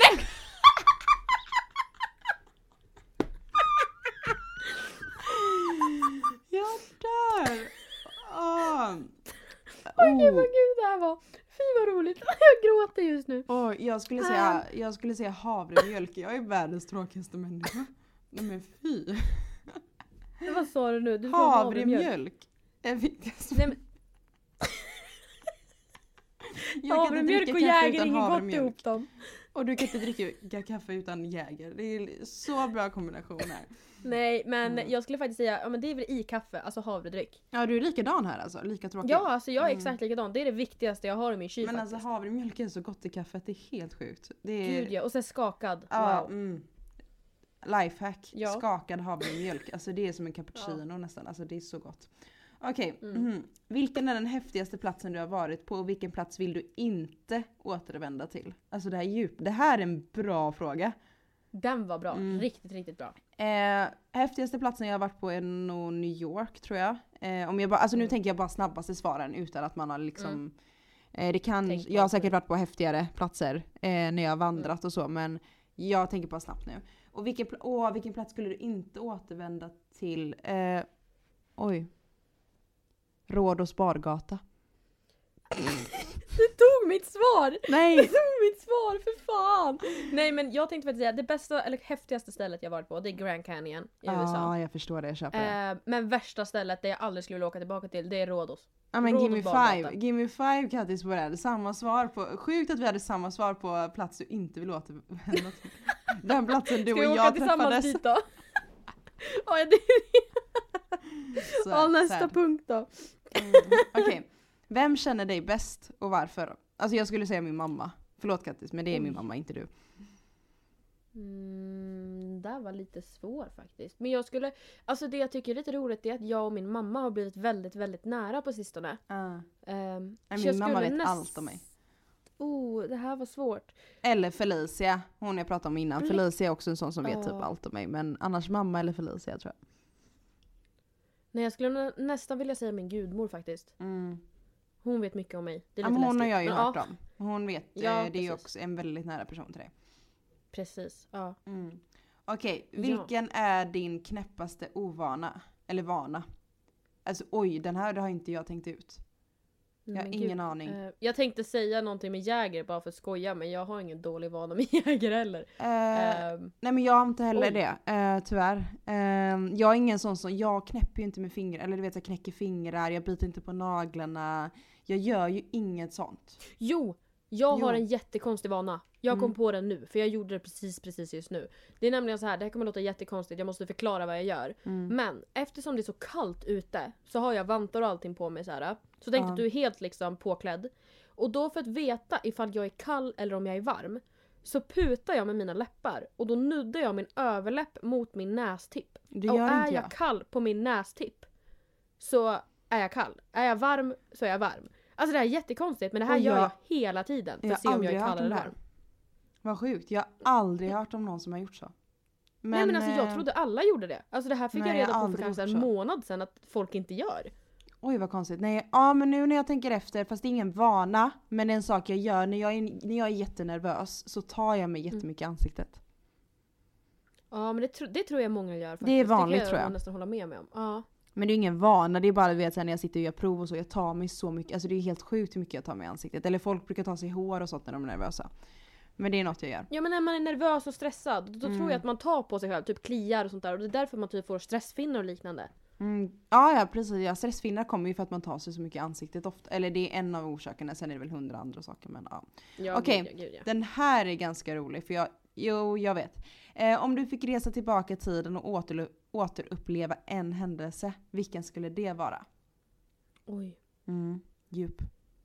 Jag dör. Oh. Åh gud vad gud det här var. Fy vad roligt. Jag gråter just nu. Oh, jag, skulle säga, jag skulle säga havremjölk. Jag är världens tråkigaste människa. Nej men fy. Vad sa du nu? Du havremjölk är viktigast. Nej, men... havremjölk och Jäger, ingen gott ihop dem. Och du kan inte dricka kaffe utan Jäger. Det är så bra kombinationer. Nej, men Mm. jag skulle faktiskt säga, ja men det är väl i kaffe, alltså havredryck. Ja, du är likadan här alltså, lika tråkig. Ja, alltså jag är Mm. exakt likadan. Det är det viktigaste jag har i min kyl Men faktiskt. alltså havremjölk är så gott i kaffet, det är helt sjukt. Det är... Gud ja, och sen skakad. Ja, Wow. mm. Lifehack, Ja. skakad havremjölk. Alltså det är som en cappuccino nästan, alltså det är så gott. Okej, Mm. mhm. Vilken är den häftigaste platsen du har varit på och vilken plats vill du inte återvända till? Alltså det här är djup. Det här är en bra fråga. Den var bra. Mm. Riktigt, riktigt bra. Eh, häftigaste platsen jag har varit på är nog New York tror jag. Eh, om jag bara, alltså nu Mm. tänker jag bara snabbaste svaren utan att man har liksom Mm. eh, det kan, Tänk på jag har det. säkert varit på häftigare platser eh, när jag har vandrat och så, men jag tänker bara snabbt nu. Och vilken, pl- åh, vilken plats skulle du inte återvända till? Eh, oj. Råd och Spargata. Du tog mitt svar! Du Nej! tog mitt svar, för fan! Nej men jag tänkte faktiskt säga, det bästa, eller häftigaste stället jag varit på, det är Grand Canyon i Ja, U S A. ah, jag förstår det, jag köper det. Eh, men värsta stället där jag aldrig skulle vilja åka tillbaka till, det är Rhodos. Ja men Råd give me och Spargata. five, give me five Kattis på det här. Samma svar på, sjukt att vi hade samma svar på plats du inte vill återvända till. Den platsen du Ska och vi åka jag tillsammans träffades. dit då? Ja, det Så, ja, nästa sad. punkt då. Mm. Okej, vem känner dig bäst och varför? Alltså jag skulle säga min mamma. Förlåt Kattis, men det är min Oj. mamma, inte du. Mm, det var lite svår faktiskt. Men jag skulle, alltså det jag tycker är lite roligt är att jag och min mamma har blivit väldigt, väldigt nära på sistone. Uh. Um, Nej, min mamma vet allt om mig. Oh, det här var svårt. Eller Felicia, hon jag pratade om innan. Mm. Felicia är också en sån som vet Ja. typ allt om mig. Men annars mamma eller Felicia tror jag. Nej, jag skulle nä- nästan vilja säga min gudmor faktiskt. Mm. Hon vet mycket om mig. Det är Ja, lite men hon har läskigt. jag ju Men hört ja, om. Hon vet, Ja, eh, det är ju precis. också en väldigt nära person till dig. Precis, ja. Mm. Okej, Ja. vilken är din knäppaste ovana? Eller vana? Alltså oj, den här har inte jag tänkt ut. Jag har Men ingen gud, aning. eh, jag tänkte säga någonting med Jäger bara för att skoja, men jag har ingen dålig vana med Jäger heller. Eh, Ehm, nej men jag har inte heller oj. det, eh, tyvärr. Eh, jag är ingen sån som, jag knäpper ju inte med fingrar, eller du vet jag knäcker fingrar, jag biter inte på naglarna. Jag gör ju inget sånt. Jo, jag Jo. har en jättekonstig vana. Jag kom Mm. på den nu, för jag gjorde det precis precis just nu. Det är nämligen så här, det här kommer låta jättekonstigt, jag måste förklara vad jag gör. Mm. Men eftersom det är så kallt ute så har jag vantar och allting på mig så här. Så tänk Ja. att du är helt liksom påklädd. Och då för att veta ifall jag är kall eller om jag är varm så putar jag med mina läppar och då nuddar jag min överläpp mot min nästipp. Det Och gör är inte jag jag. kall på min nästipp så är jag kall. Är jag varm så är jag varm. Alltså det här är jättekonstigt men det här Och gör jag- jag hela tiden för Jag att se har om jag aldrig är hört kall om eller det här. varm. Vad sjukt, jag har aldrig hört om någon som har gjort så. Men, Nej men alltså jag eh, trodde alla gjorde det. Alltså det här fick nej, jag jag reda har på för aldrig kanske gjort en så. månad sedan att folk inte gör. Oj vad konstigt. Nej, ja men nu när jag tänker efter, fast det är ingen vana, men det är en sak jag gör när jag är, när jag är jättenervös så tar jag mig jättemycket i ansiktet. Ja men det, tro, det tror jag många gör faktiskt. Det är vanligt, det kan tror jag. jag nästan hålla med mig om. Ja. Men det är ingen vana, det är bara du vet sen när jag sitter och gör prov och så, jag tar mig så mycket, alltså det är helt sjukt hur mycket jag tar mig i ansiktet. Eller folk brukar ta sig i hår och sånt när de är nervösa. Men det är något jag gör. ja men när man är nervös och stressad då Mm. tror jag att man tar på sig själv, typ kliar och sånt där. Och det är därför man typ får stressfinnar och liknande. Mm. Ja, ja precis, ja, stressfinnar kommer ju för att man tar sig så mycket i ansiktet ofta. Eller det är en av orsakerna, sen är det väl hundra andra saker. Men ja. Ja, Okej. gud, ja, gud, ja. Den här är ganska rolig för jag, jo jag vet. Eh, om du fick resa tillbaka i tiden och åter, återuppleva en händelse, vilken skulle det vara? Oj, Mm. Djup.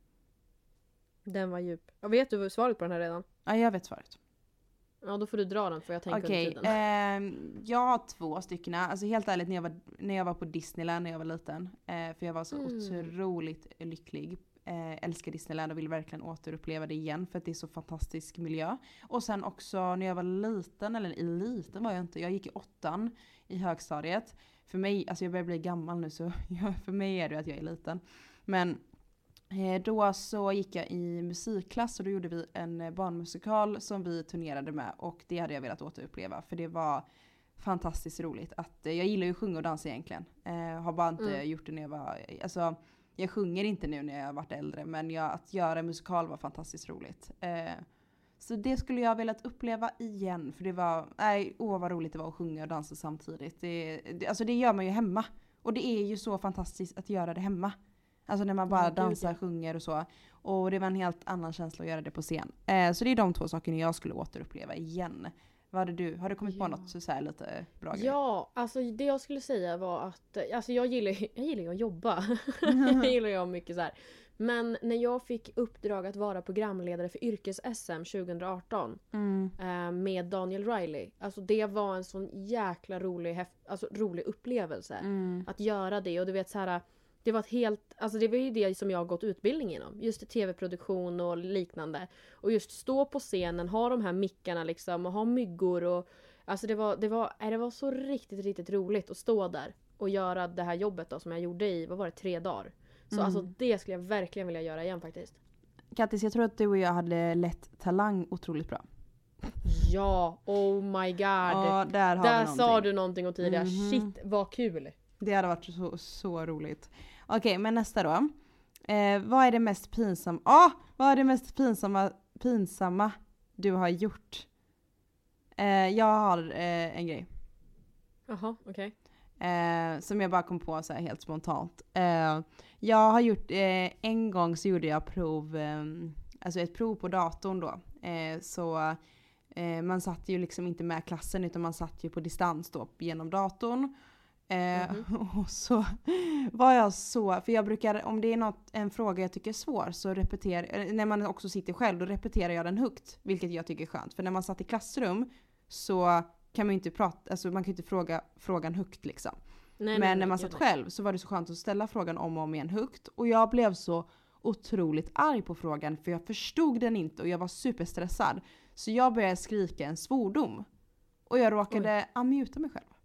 den var djup. Jag vet du svaret på den här redan? Ja, jag vet svaret. Ja då får du dra den för jag tänker Okej, under tiden. ehm, jag har två stycken. Alltså helt ärligt när jag var, när jag var på Disneyland när jag var liten. Eh, för jag var så Mm. otroligt lycklig. Eh, älskar Disneyland och vill verkligen återuppleva det igen för att det är så fantastisk miljö. Och sen också när jag var liten, eller i liten var jag inte, jag gick i åttan i högstadiet. För mig, alltså jag börjar bli gammal nu så jag, för mig är det att jag är liten. Men eh, då så gick jag i musikklass och då gjorde vi en eh, barnmusikal som vi turnerade med och det hade jag velat återuppleva för det var fantastiskt roligt. Att, eh, jag gillar ju att sjunga och dansa egentligen. Eh, har bara inte Mm. gjort det när jag var, alltså jag sjunger inte nu när jag har varit äldre men jag, att göra en musikal var fantastiskt roligt. Eh, så det skulle jag velat uppleva igen för det var, nej, åh vad roligt det var att sjunga och dansa samtidigt. Det, det, alltså det gör man ju hemma och det är ju så fantastiskt att göra det hemma. Alltså när man bara Ja, gud, dansar, ja. sjunger och så. Och det var en helt annan känsla att göra det på scen. Eh, så det är de två sakerna jag skulle återuppleva igen. Vad hade du? Har du kommit på Ja. något så, så här lite bra grej? Ja, alltså det jag skulle säga var att alltså jag gillar jag gillar ju att jobba. jag gillar ju mycket så här. Men när jag fick uppdrag att vara programledare för yrkes-S M tjugo arton Mm. eh, med Daniel Riley. Alltså det var en sån jäkla rolig, häf- alltså, rolig upplevelse. Mm. Att göra det. Och du vet så här, det var ett helt, alltså det var ju det som jag har gått utbildning inom. Just tv-produktion och liknande. Och just stå på scenen, ha de här mickarna liksom och ha myggor och alltså det var, det var, nej, det var så riktigt, riktigt roligt att stå där och göra det här jobbet då som jag gjorde i, vad var det, tre dagar. Så Mm. alltså det skulle jag verkligen vilja göra igen faktiskt. Kattis, jag tror att du och jag hade lett Talang otroligt bra. Ja, oh my god. Ja, där har där vi sa någonting. du någonting och tidigare. Mhm. Shit, vad kul. Det hade varit så, så roligt. Okej, men nästa då. Eh, vad är det mest pinsamma? Ah, vad är det mest pinsamma, pinsamma du har gjort? Eh, jag har eh, en grej. Jaha, okej. Eh, som jag bara kom på så här helt spontant. Eh, jag har gjort, eh, en gång så gjorde jag prov, eh, alltså ett prov på datorn då. Eh, så eh, man satt ju liksom inte med klassen utan man satt ju på distans då genom datorn. Eh, Mhm. Och så var jag så, för jag brukar, om det är något, en fråga jag tycker är svår så repeterar, när man också sitter själv då repeterar jag den högt, vilket jag tycker är skönt. För när man satt i klassrum så kan man ju inte prata, alltså man kan ju inte fråga frågan högt liksom. Nej, Men nej, när nej, man gud, satt nej. själv så var det så skönt att ställa frågan om och om igen högt. Och jag blev så otroligt arg på frågan för jag förstod den inte och jag var superstressad. Så jag började skrika en svordom. Och jag råkade unmuta mig själv.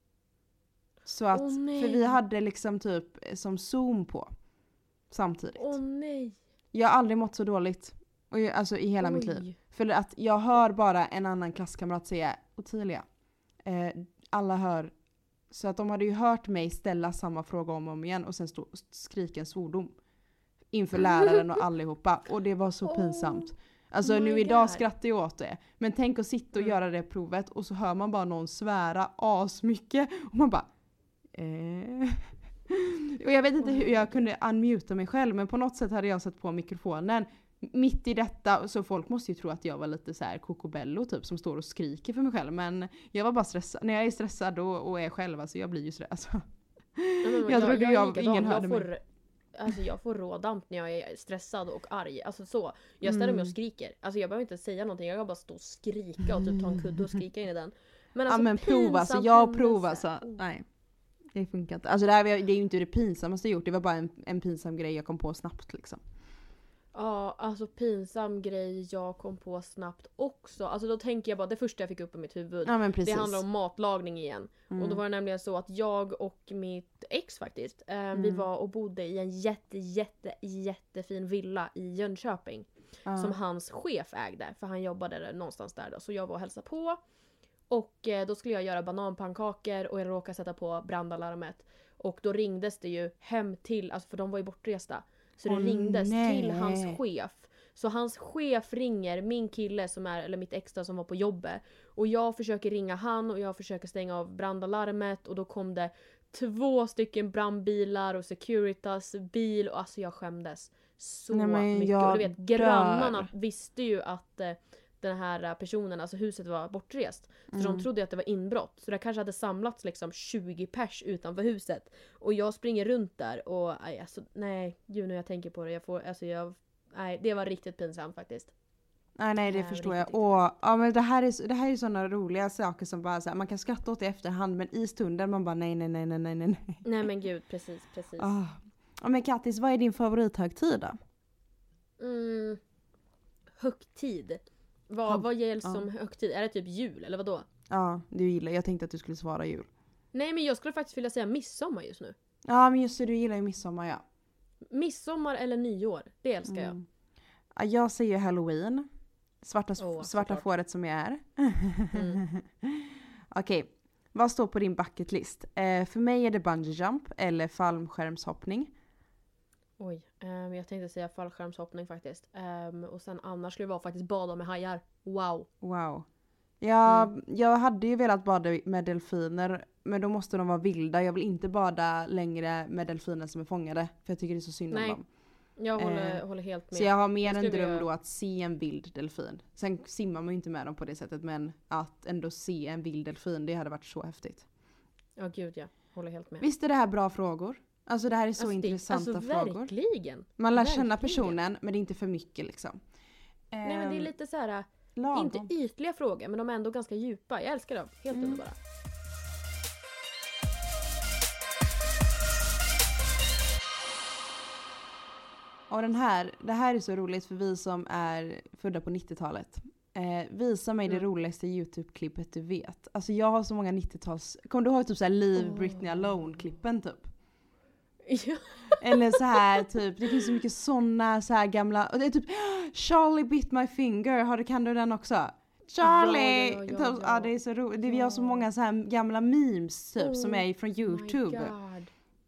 Så att, Åh, nej. för vi hade liksom typ som zoom på samtidigt. Åh nej. Jag har aldrig mått så dåligt. Och jag, alltså i hela mitt liv. För att jag hör bara en annan klasskamrat säga Ottilia. Eh, alla hör. Så att de hade ju hört mig ställa samma fråga om och om igen och sen stå, skrika en svordom. Inför läraren och allihopa. Och det var så Oh pinsamt. Alltså my nu idag God. skrattar jag åt det. Men tänk att sitta och Mm. göra det provet och så hör man bara någon svära asmycket. Och man bara eh. Och jag vet inte hur jag kunde unmuta mig själv. Men på något sätt hade jag satt på mikrofonen. Mitt i detta, så folk måste ju tro att jag var lite så här kokobello typ som står och skriker för mig själv. Men jag var bara stressad. När jag är stressad och, och är själv, alltså jag blir ju stressad. Alltså. Nej, men Jag trodde är jag- likadan. ingen jag hörde mig. får, Alltså jag får rådamp när jag är stressad och arg. Alltså så. Jag ställer mig och Mm. skriker. Alltså jag behöver inte säga någonting. Jag kan bara stå och skrika och typ ta en kudde och skrika in i den. Men Ja alltså men prova, alltså pinsam jag prova händelse. alltså. Nej. Det funkar inte. Alltså det, här, var- det är ju inte det pinsammaste jag gjort. Det var bara en, en pinsam grej jag kom på snabbt liksom. Ja, alltså pinsam grej jag kom på snabbt också. Alltså då tänker jag bara, det första jag fick upp i mitt huvud. Ja men precis. Det handlar om matlagning igen. Mm. Och då var det nämligen så att jag och mitt ex faktiskt, eh, vi Mm. var och bodde i en jätte, jätte, jättefin villa i Jönköping. Ja. Som hans chef ägde. För han jobbade där, någonstans där då. Så jag var och hälsade på. Och eh, då skulle jag göra bananpannkakor och jag råkade sätta på brandalarmet. Och då ringdes det ju hem till, alltså för de var ju bortresta. Så det Åh, ringdes nej. till hans chef. Så hans chef ringer min kille som är, eller mitt extra som var på jobbet. Och jag försöker ringa han och jag försöker stänga av brandalarmet. Och då kom det två stycken brandbilar och Securitas bil. Och alltså jag skämdes så Nej, men mycket. jag Och du vet, dör. grannarna visste ju att eh, den här personen, alltså huset var bortrest. Så Mm. de trodde att det var inbrott. Så det kanske hade samlats liksom tjugo pers utanför huset. Och jag springer runt där och nej, alltså, nej, gud när jag tänker på det. Jag får, alltså jag, nej, det var riktigt pinsamt faktiskt. Nej nej det Ja, förstår riktigt, jag. Och, ja, men det här är det här är sådana roliga saker som bara så här, man kan skratta åt i efterhand men i stunden man bara nej nej nej nej nej nej. Nej men gud, precis, precis. Ah. Ja, men Kattis, vad är din favorithögtid då? Mm, högtid. Vad, Hög- vad gälls ja. som högtid? Är det typ jul eller vad då? Ja, du gillar. Jag tänkte att du skulle svara jul. Nej men jag skulle faktiskt vilja säga midsommar just nu. Ja, men just det, du gillar ju midsommar, ja. Midsommar eller nyår, det älskar jag. Mm. Ja, jag säger Halloween. Svarta, Åh, svarta såklart. fåret som jag är. Mm. Okej, vad står på din bucketlist? Eh, för mig är det bungee jump eller fallskärmshoppning. Oj, ehm, jag tänkte säga fallskärmshoppning faktiskt. Ehm, och sen annars skulle det vara faktiskt bada med hajar. Wow. Wow. Jag, Mm. jag hade ju velat bada med delfiner, men då måste de vara vilda. Jag vill inte bada längre med delfiner som är fångade, för jag tycker det är så synd Nej. om dem. Jag håller, Eh, håller helt med. Så jag har mer Jag en skulle dröm vilja- då att se en vild delfin. Sen simmar man ju inte med dem på det sättet, men att ändå se en vild delfin, det hade varit så häftigt. Ja gud ja, håller helt med. Visst är det här bra frågor? Alltså det här är så Alltså, det- intressanta alltså, frågor. Verkligen. Man lär känna verkligen. personen, men det är inte för mycket liksom. Nej men det är Ehm, lite så här, lagom. inte ytliga frågor men de är ändå ganska djupa. Jag älskar dem, helt Mm. underbara. Och den här, det här är så roligt för vi som är födda på nittiotalet. Eh, visa mig det Mm. roligaste YouTube-klippet du vet. Alltså jag har så många nittio-tals... Kommer du ihåg typ såhär Leave Åh. Britney Alone-klippen typ? Ja. Eller så här typ, det finns så mycket såna så här gamla... Och det är typ Charlie bit my finger, har du, kan du den också? Charlie! Ja, ja, ja, Typ, ja. ja, det är så roligt. Det- Vi har så Ja. många så här gamla memes typ Oh som är från YouTube. My God.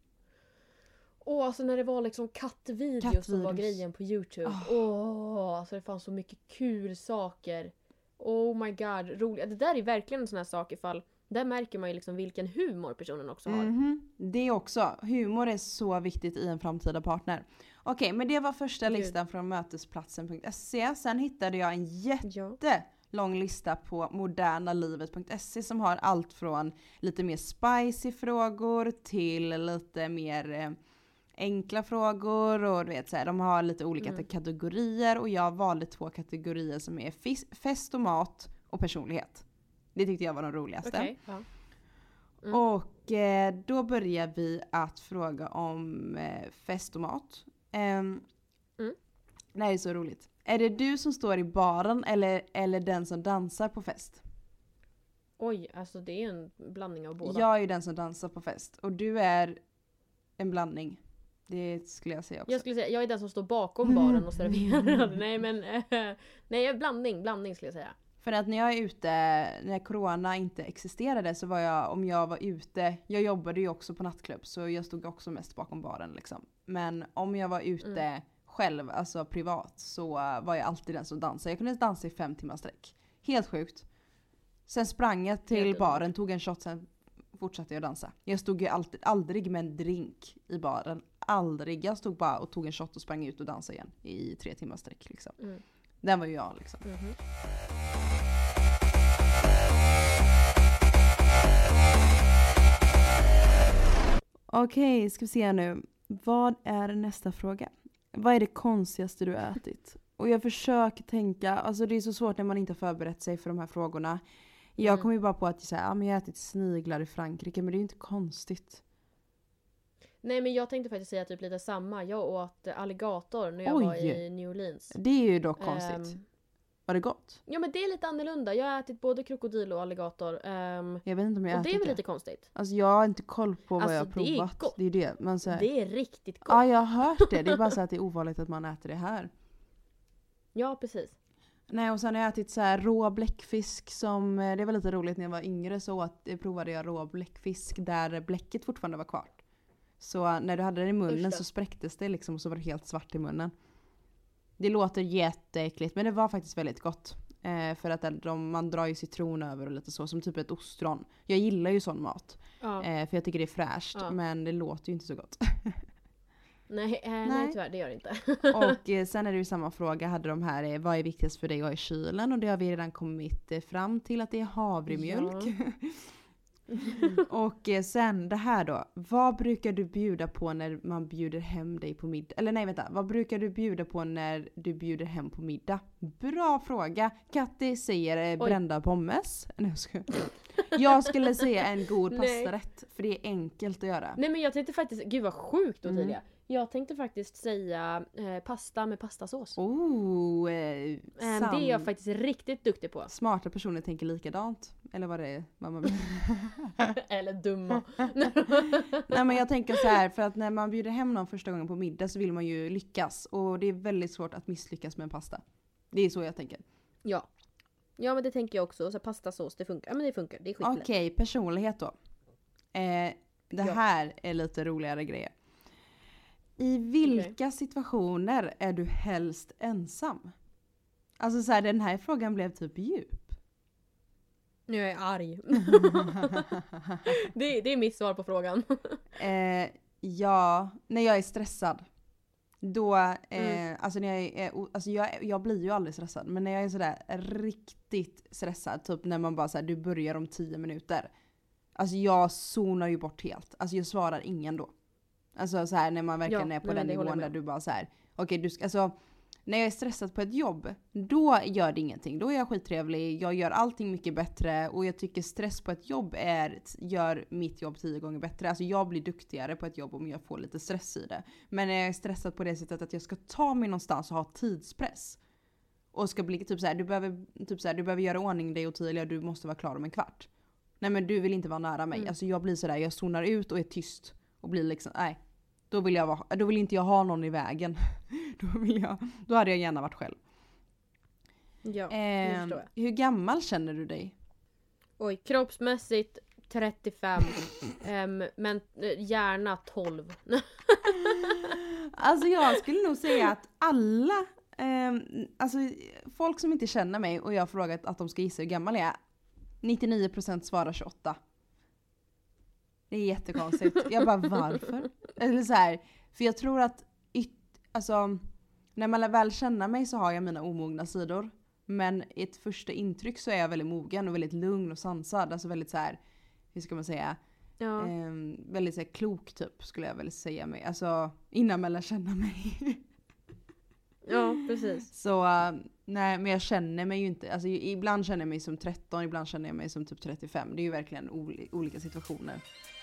Åh, alltså när det var liksom kattvideos, som var Kattvideos. grejen på YouTube. Ah. Åh, alltså det fanns så mycket kul saker. Oh my god, roligt. Det där är verkligen en sån här sak ifall... Där märker man ju liksom vilken humor personen också har. Mhm. Det också. Humor är så viktigt i en framtida partner. Okej, men det var första Gud. listan från mötesplatsen punkt se. Sen hittade jag en Ja. jättelång lista på modernalivet punkt se som har allt från lite mer spicy frågor till lite mer eh, enkla frågor. Och du vet, så här, de har lite olika Mm. kategorier och jag valde två kategorier som är fis- fest och mat och personlighet. Det tyckte jag var de roligaste. Okej. Ja. Mm. Och eh, då börjar vi att fråga om eh, fest och mat. Ehm, Mm. Det här är så roligt. Är det du som står i baren eller, eller den som dansar på fest? Oj, alltså det är en blandning av båda. Jag är ju den som dansar på fest. Och du är en blandning. Det skulle jag säga också. Jag skulle säga, jag är den som står bakom baren och serverar. nej men, eh, nej jag är blandning, blandning skulle jag säga. För att när jag är ute, när corona inte existerade så var jag, om jag var ute, jag jobbade ju också på nattklubb så jag stod också mest bakom baren liksom. Men om jag var ute Mm. själv, alltså privat, så var jag alltid den som dansade. Jag kunde dansa i fem timmar sträck. Helt sjukt. Sen sprang jag till Helt baren, tog en shot, sen fortsatte jag dansa. Jag stod ju alltid, aldrig med en drink i baren. Aldrig. Jag stod bara och tog en shot och sprang ut och dansade igen i tre timmar sträck liksom. Mm. Den var ju jag liksom. Mhm. Okej, ska vi se nu. Vad är nästa fråga? Vad är det konstigaste du ätit? Och jag försöker tänka, alltså det är så svårt när man inte har förberett sig för de här frågorna. Jag Mm. kommer ju bara på att säga, ah, men jag har ätit sniglar i Frankrike, men det är ju inte konstigt. Nej men jag tänkte faktiskt säga typ lite samma. Jag åt alligator när jag Oj. var i New Orleans. Det är ju dock konstigt. Ehm, Var det gott? ja men det är lite annorlunda. Jag har ätit både krokodil och alligator. ehm, Jag vet inte om jag och har det är ätit väl det. lite konstigt. Alltså jag har inte koll på vad Alltså, jag har det är provat. gott. Det är det. Men så här, Det är riktigt gott. ja, jag har hört det. Det är bara så att det är ovanligt att man äter det här. Ja precis. Nej, och sen har jag ätit så här rå bläckfisk som, eh, det var lite roligt när jag var yngre så att, eh, provade jag rå bläckfisk där bläcket fortfarande var kvar. Så eh, när du hade det i munnen Usch då. så spräcktes det liksom och så var det helt svart i munnen. Det låter jätteäckligt men det var faktiskt väldigt gott. Eh, för att de, de, man drar ju citron över och lite så, som typ ett ostron. Jag gillar ju sån mat. Ja. Eh, för jag tycker det är fräscht Ja. men det låter ju inte så gott. Nej, eh, nej. Nej. tyvärr det gör det inte. Och eh, sen är det ju samma fråga, hade de här, eh, vad är viktigast för dig att ha i kylen? Och det har vi redan kommit eh, fram till att det är havremjölk. Och eh, sen det här då, vad brukar du bjuda på när man bjuder hem dig på middag? Eller nej vänta, vad brukar du bjuda på när du bjuder hem på middag? Bra fråga! Katti säger eh, Oj. brända pommes. Nej, jag, ska. jag skulle säga en god Nej. pastarätt, för det är enkelt att göra. Nej men jag tänkte faktiskt, gud vad sjukt Mm. Ottilia. Jag tänkte faktiskt säga eh, pasta med pastasås. Oh, eh, Eh, det är sam- jag faktiskt riktigt duktig på. Smarta personer tänker likadant. Eller vad det är. Mamma. Eller dumma. Nej men jag tänker så här, för att när man bjuder hem någon första gången på middag så vill man ju lyckas. Och det är väldigt svårt att misslyckas med en pasta. Det är så jag tänker. Ja. Ja men det tänker jag också. Så pastasås, det funkar. Ja men det funkar. Det är skitlätt. Okej, personlighet då. Eh, det Ja. här är lite roligare grejer. I vilka situationer är du helst ensam? Alltså så här, den här frågan blev typ djup. Nu är jag arg. det, det är mitt svar på frågan. eh, ja, när jag är stressad. Då, eh, mm. alltså, när jag, är, alltså jag, jag blir ju aldrig stressad. Men när jag är sådär riktigt stressad, typ när man bara såhär, du börjar om tio minuter. Alltså jag zonar ju bort helt. Alltså jag svarar ingen då. Alltså så här när man verkligen ja, är på nej, den nivån där du bara så här, okej okay, du ska, alltså när jag är stressad på ett jobb, då gör det ingenting. Då är jag skittrevlig, jag gör allting mycket bättre och jag tycker stress på ett jobb är, gör mitt jobb tio gånger bättre. Alltså jag blir duktigare på ett jobb om jag får lite stress i det. Men när jag är stressad på det sättet att jag ska ta mig någonstans och ha tidspress och ska bli typ så här, du behöver typ så här, du behöver göra ordning dig och Ottilia, du måste vara klar om en kvart. Nej men du vill inte vara nära mig. Mm. Alltså jag blir så där, jag zonar ut och är tyst och blir liksom, nej. Då vill jag vara, då vill inte jag ha någon i vägen. då vill jag, då hade jag gärna varit själv. Ja, eh, förstår jag. Hur gammal känner du dig? Oj, kroppsmässigt trettiofem. um, men gärna tolv. Alltså jag skulle nog säga att alla, eh, alltså folk som inte känner mig och jag har frågat att de ska gissa hur gammal jag är, nittionio procent svarar tjugoåtta. Det är jättekonstigt. Jag bara, varför? Eller så här, för jag tror att yt, alltså, när man väl känner mig så har jag mina omogna sidor. Men i ett första intryck så är jag väldigt mogen och väldigt lugn och sansad. Alltså väldigt så här, hur ska man säga? Ja. Eh, väldigt så här, klok typ skulle jag väl säga mig. Alltså innan man lär känna mig. Ja, precis. Så uh, nej, men jag känner mig ju inte, alltså ibland känner jag mig som tretton, ibland känner jag mig som typ trettiofem. Det är ju verkligen ol- olika situationer.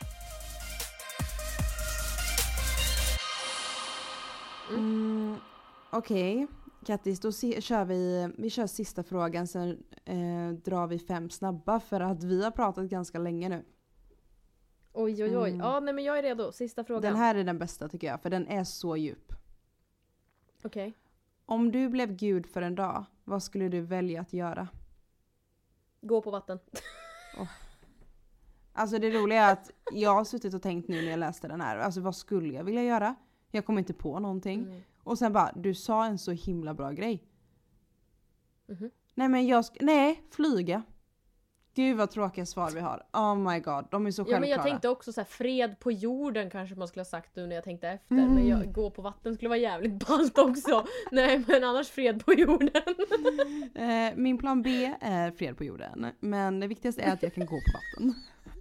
Mm, Okej, okay. Kattis, då se- kör vi, vi kör sista frågan, sen eh, drar vi fem snabba för att vi har pratat ganska länge nu. Oj, oj, oj. Mm. Ja, nej men jag är redo. Sista frågan. Den här är den bästa tycker jag, för den är så djup. Okej. Okay. Om du blev gud för en dag, vad skulle du välja att göra? Gå på vatten. Oh. Alltså det roliga är att jag har suttit och tänkt nu när jag läste den här. Alltså vad skulle jag vilja göra? Jag kom inte på någonting. Mm. Och sen bara, du sa en så himla bra grej. Mm-hmm. Nej men jag sk- nej, flyga. Gud vad tråkiga svar vi har. Oh my god, de är så självklara. Ja, men jag tänkte också så här, fred på jorden kanske man skulle ha sagt nu när jag tänkte efter. Mm. Men jag, gå på vatten skulle vara jävligt ballt också. Nej men annars fred på jorden. eh, min plan B är fred på jorden. Men det viktigaste är att jag kan gå på vatten.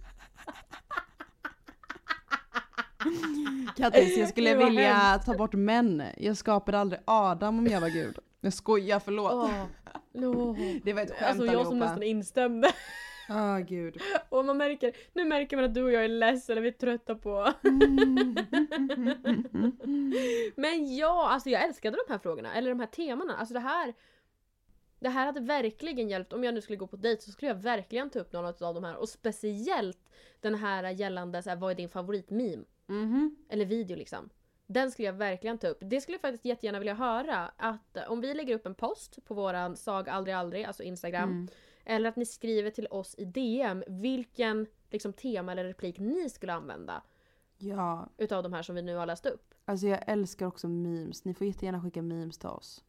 Kattis, jag skulle vilja hemskt. ta bort män. Jag skapade aldrig Adam om jag var gud. Jag skojar, förlåt. Oh, no. Det var ett skämt alltså jag allihopa. som nästan instämde. Ja, oh, gud. Och man märker, nu märker man att du och jag är ledsen eller vi är trötta på. Men ja, alltså jag älskade de här frågorna. Eller de här temana. Alltså det här, det här hade verkligen hjälpt. Om jag nu skulle gå på dejt så skulle jag verkligen ta upp någon av de här. Och speciellt den här gällande, så här, vad är din favoritmeme? Mm-hmm. Eller video liksom. Den skulle jag verkligen ta upp. Det skulle jag faktiskt jättegärna vilja höra. Att om vi lägger upp en post på våran Sag aldrig aldrig, alltså Instagram. Mm. Eller att ni skriver till oss i D M vilken liksom, tema eller replik ni skulle använda. Ja. Utav de här som vi nu har läst upp. Alltså jag älskar också memes. Ni får jättegärna skicka memes till oss.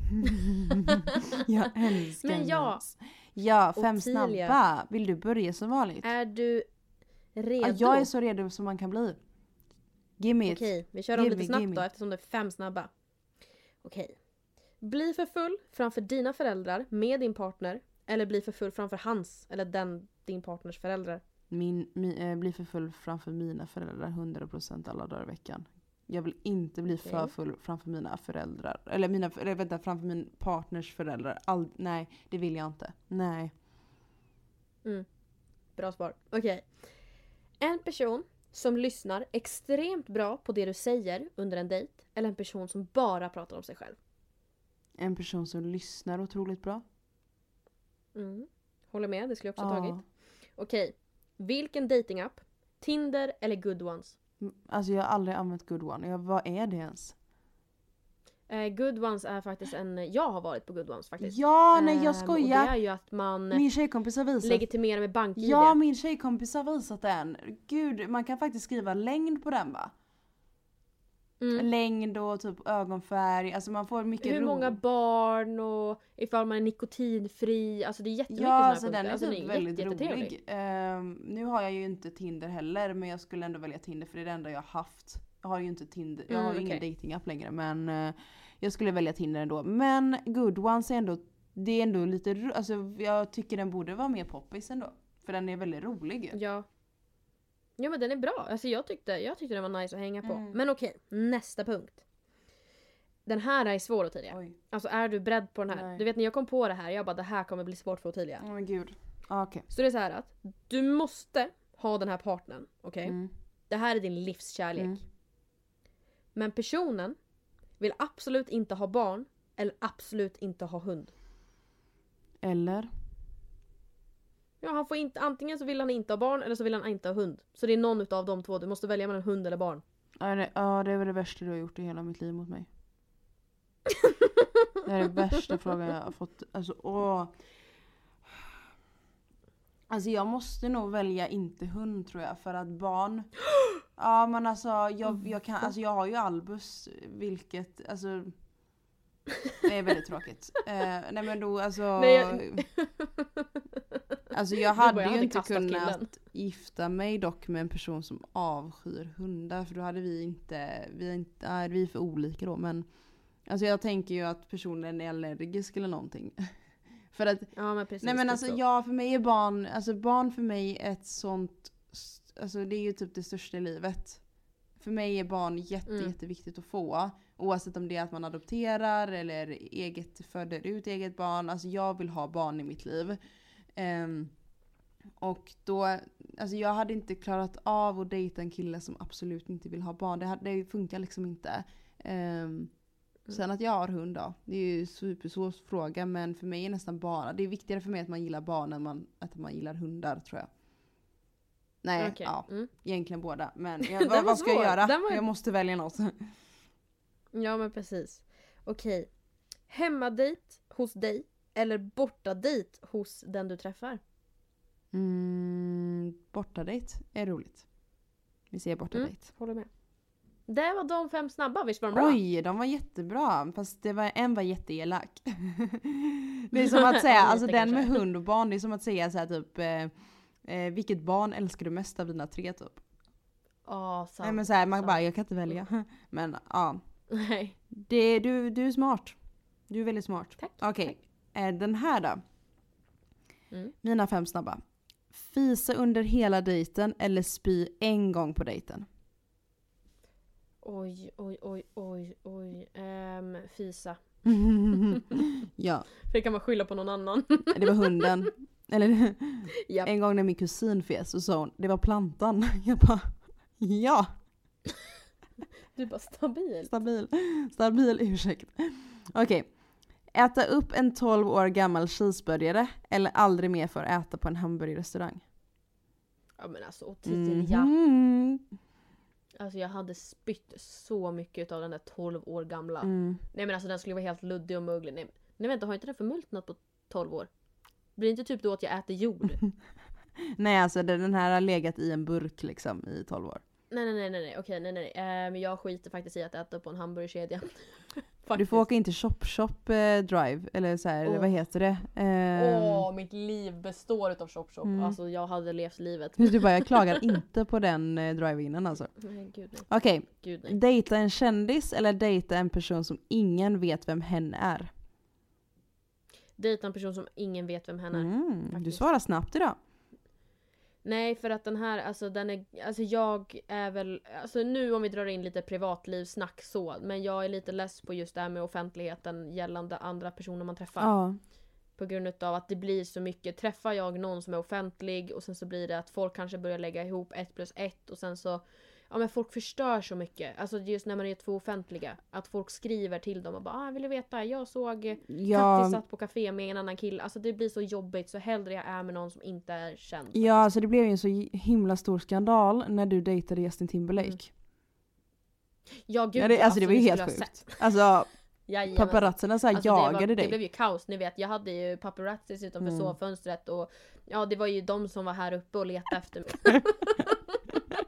Jag älskar Men ja, memes. Ja, fem Ottilia. snabba. Vill du börja som vanligt? Är du redo? Ja, jag är så redo som man kan bli. Gimme it. Okej, vi kör dem gimme, lite snabbt gimme. då eftersom det är fem snabba. Okej. Bli för full framför dina föräldrar med din partner. Eller bli för full framför hans eller den, din partners föräldrar. Min, mi, äh, bli för full framför mina föräldrar hundra procent alla dagar i veckan. Jag vill inte bli okay. för full framför mina föräldrar. Eller, mina, eller vänta, framför min partners föräldrar. All, nej, det vill jag inte. Nej. Mm. Bra svar. Okej. Okay. En person som lyssnar extremt bra på det du säger under en dejt. Eller en person som bara pratar om sig själv. En person som lyssnar otroligt bra. Mm. Håller med, det skulle jag också ha ja. tagit. Okej. Vilken datingapp? Tinder eller Good Ones? Alltså jag har aldrig använt Good One. Jag, vad är det ens? Eh, Good Ones är faktiskt en... Jag har varit på Good Ones faktiskt. Ja, nej jag skojar. Och det är ju att man min tjejkompis har visat. legitimerar med bank-I D. Ja, min tjejkompis har visat den. Gud, man kan faktiskt skriva längd på den va? mm. längd och typ ögonfärg. Alltså man får mycket hur ro. många barn och ifall man är nikotinfri. Alltså det är jättemycket ja, sådana alltså punkter. den är, alltså, typ är väldigt jätte, rolig. Um, nu har jag ju inte Tinder heller, men jag skulle ändå välja Tinder för det är det enda jag har haft. Jag har ju inte Tinder, jag mm, har ju okay. ingen datingapp längre, men uh, jag skulle välja Tinder ändå. Men Good Ones är ändå, det är ändå lite, alltså jag tycker den borde vara mer poppis ändå. För den är väldigt rolig. Ja. Ja men den är bra. Alltså jag tyckte, jag tyckte den var nice att hänga på. Mm. Men okej, nästa punkt. Den här är svår Ottilia. Oj. Alltså är du beredd på den här? Nej. Du vet när jag kom på det här, jag bara det här kommer bli svårt för Ottilia. Åh oh, gud. Ah, okej. Så det är så här att du måste ha den här partnern, okej? Okay? Mm. Det här är din livskärlek. Mm. Men personen vill absolut inte ha barn eller absolut inte ha hund. Eller? Ja, han får inte, antingen så vill han inte ha barn eller så vill han inte ha hund. Så det är någon utav de två. Du måste välja mellan hund eller barn. Ja, det, ja, det är väl det värsta du har gjort i hela mitt liv mot mig. Det är den värsta frågan jag har fått. Alltså, åh. Alltså jag måste nog välja inte hund tror jag. För att barn... Ja men alltså jag, jag, kan, alltså jag har ju Albus. Vilket, alltså... Det är väldigt tråkigt. Uh, nej men då alltså... Nej, jag... Alltså jag hade jag ju hade inte kunnat killen. gifta mig dock med en person som avskyr hundar. För då hade vi inte... Vi är, inte, nej, vi är för olika då men... Alltså jag tänker ju att personen är allergisk eller någonting. För att... Ja men precis. Nej men alltså så. ja för mig är barn... Alltså barn för mig är ett sånt... Alltså det är ju typ det största i livet. För mig är barn jätte, mm. jätteviktigt att få. Oavsett om det är att man adopterar eller eget föder ut eget barn. Alltså jag vill ha barn i mitt liv. Um, och då, alltså jag hade inte klarat av att dejta en kille som absolut inte vill ha barn. Det, hade, det funkar liksom inte. Um, sen att jag har hund då, det är ju supersvår fråga. Men för mig är nästan bara, det är viktigare för mig att man gillar barn än man, att man gillar hundar tror jag. Nej, okay. ja, mm. egentligen båda. Men jag, vad, vad ska jag göra? Var... Jag måste välja något. Ja men precis. Okej. Hemmadejt hos dig eller bortadejt hos den du träffar? Mm, bortadejt är roligt. Vi säger bortadejt. Mm, håller med. Det var de fem snabba, visst var de bra? Oj, de var jättebra. Fast det var, en var jätteelak. Det är som att säga, alltså den med hund och barn, det är som att säga så här typ eh, eh, vilket barn älskar du mest av dina tre typ? Ja, sant. Nej men så här, man sant. bara, jag kan inte välja. Men ja. Nej. Det, du, du är smart. Du är väldigt smart. Tack. Okej, okay. Den här då. Mm. Mina fem snabba. Fisa under hela dejten eller spy en gång på dejten? Oj, oj, oj, oj, oj. Um, fisa. Ja. För det kan man skylla på någon annan. Det var hunden. Eller Yep. En gång när min kusin fes så sa hon, det var plantan. Jag bara, ja. Du är bara stabil. Stabil. Stabil ursäkt. Okej. Okay. Äta upp en tolv år gammal cheeseburgare eller aldrig mer för att äta på en hamburgerrestaurang? Ja men alltså, Ottilia. Mm. Alltså jag hade spytt så mycket av den där tolv år gamla. Mm. Nej men alltså den skulle vara helt luddig och möglig. Nej, nej vänta, har inte den förmultnat på tolv år? Blir det inte typ då att jag äter jord? Nej alltså den här har legat i en burk liksom i tolv år. Nej nej nej nej, nej. okej nej nej nej. Men jag skiter faktiskt i att äta på en hamburgerkedja. Du får åka in till Chop Chop eh, Drive eller så här, oh. vad heter det? Åh, Eh, oh, mitt liv består utav Chop Chop. Mm. Alltså jag hade levt livet. Du bara, jag klagar inte på den eh, drive-inen alltså. Nej gud nej. Okej, Gud, nej. dejta en kändis eller dejta en person som ingen vet vem hen är? Dejta en person som ingen vet vem hen är. Mm, du faktiskt. svarar snabbt idag. Nej, för att den här, alltså den är, alltså jag är väl, alltså nu om vi drar in lite privatlivsnack så, men jag är lite less på just det här med offentligheten gällande andra personer man träffar. Ja. På grund av att det blir så mycket, träffar jag någon som är offentlig och sen så blir det att folk kanske börjar lägga ihop ett plus ett och sen så, ja men folk förstör så mycket. Alltså just när man är två offentliga, att folk skriver till dem och bara, ah, vill du veta, jag såg Ja. Katti satt på café med en annan kille. Alltså det blir så jobbigt, så hellre jag är med någon som inte är känd. Ja, alltså det blev ju en så himla stor skandal när du dejtade Justin Timberlake. Mm. Ja, gud, Ja, det, alltså det var ju det helt skulle jag ha sjukt. sett. Alltså Jajamensan. paparazzerna så här Alltså, jagade det, var, dig. det blev ju kaos, ni vet. Jag hade ju paparazzis utanför Mm. sovfönstret och ja, det var ju de som var här uppe och letade efter mig.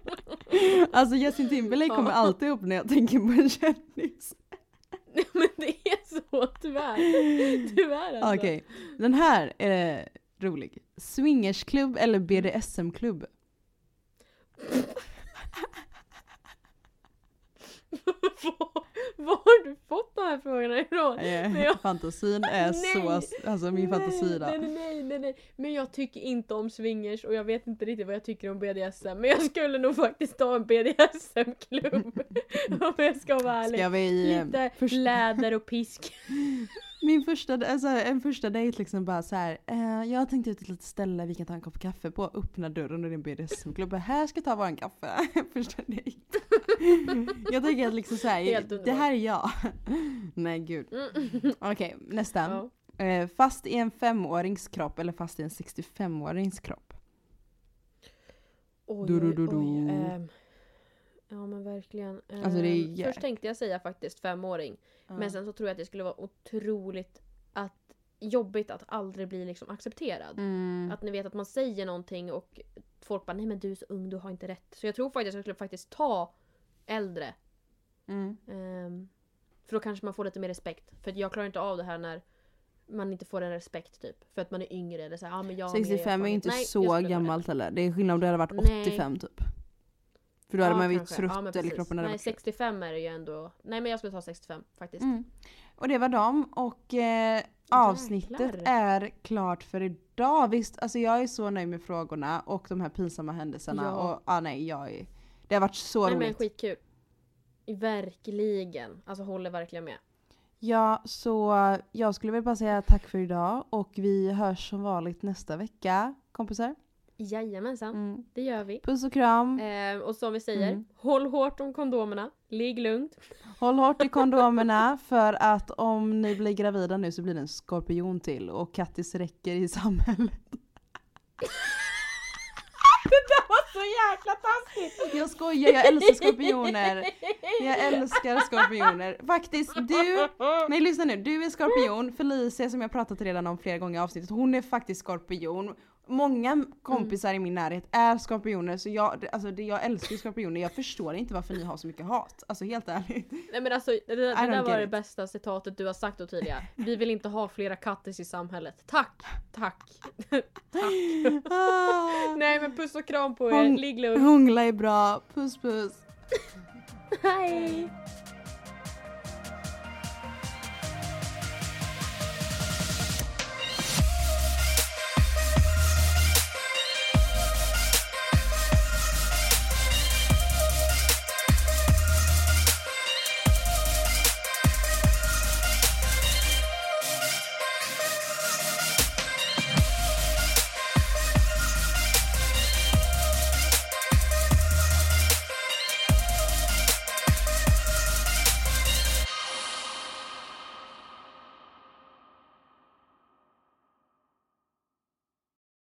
Alltså Justin Timberlake kommer alltid upp när jag tänker på en kändis. Men det är så, tyvärr. Tyvärr alltså. Okej, okay. Den här är rolig. Swingersklubb eller B D S M-klubb? Var har du fått de här frågorna ifrån? Nej, jag... Fantasin är nej, så, alltså min nej, fantasi då. Nej, nej, nej, nej. Men jag tycker inte om swingers och jag vet inte riktigt vad jag tycker om B D S M. Men jag skulle nog faktiskt ta en B D S M-klubb. Om jag ska vara ärlig. Ska vi... Lite Först... läder och pisk. Min första, alltså en första dejt liksom bara så här. Eh, jag har tänkt ut ett litet ställe vi kan ta en kopp kaffe på. Öppna dörren och din B D S M-klubb. Här ska ta våran kaffe. Första dejt. Jag tänker att liksom så här, det här är jag. Nej gud. Mm. Okej, okay, nästa. Ja. Eh, fast i en femårings kropp eller fast i en sextiofemårings kropp? Oj, du, du, du, du. oj. Eh, ja men verkligen. Eh, alltså, det är... Först tänkte jag säga faktiskt femåring. Mm. Men sen så tror jag att det skulle vara otroligt att, jobbigt att aldrig bli liksom accepterad. Mm. Att ni vet att man säger någonting och folk bara, nej men du är så ung, du har inte rätt. Så jag tror faktiskt att jag skulle faktiskt ta äldre. Mm. Um, för då kanske man får lite mer respekt. För jag klarar inte av det här när man inte får en respekt typ. För att man är yngre. Eller så här, ah, men jag sextiofem är ju inte nej, så gammalt heller. Det är skillnad om det hade varit nej. åttiofem typ. För då ja, hade man ju trött ja, eller kroppen hade nej, varit sextiofem är det ju ändå. Nej men jag skulle ta sextiofem faktiskt. Mm. Och det var dem. Och eh, avsnittet Jäklar. är klart för idag. Visst, alltså jag är så nöjd med frågorna. Och de här pinsamma händelserna. Ja. Och ah, nej, jag är... Det har varit så nej, roligt. Men skitkul. Verkligen. Alltså håller verkligen med. Ja, så jag skulle väl bara säga tack för idag. Och vi hörs som vanligt nästa vecka, kompisar. Jajamensan, mm. det gör vi. Puss och kram. Eh, och som vi säger, mm. håll hårt om kondomerna. Ligg lugnt. Håll hårt i kondomerna för att om ni blir gravida nu så blir det en skorpion till. Och Kattis räcker i samhället. Det där var så jäkla taskigt. Jag skojar, jag älskar skorpioner. Jag älskar skorpioner. Faktiskt, du, nej lyssna nu, du är skorpion. Felicia som jag pratat redan om flera gånger i avsnittet, hon är faktiskt skorpion. Många kompisar mm. i min närhet är skorpioner, så jag, alltså det, jag älskar skorpioner. Jag förstår inte varför ni har så mycket hat. Alltså helt ärligt. Nej men alltså, det, det där var det it. bästa citatet du har sagt och tidigare. Vi vill inte ha flera katter i samhället. Tack, tack, tack. Ah. Nej men puss och kram på er, Hung- ligg lugnt. Hångla är bra, puss puss. Hej.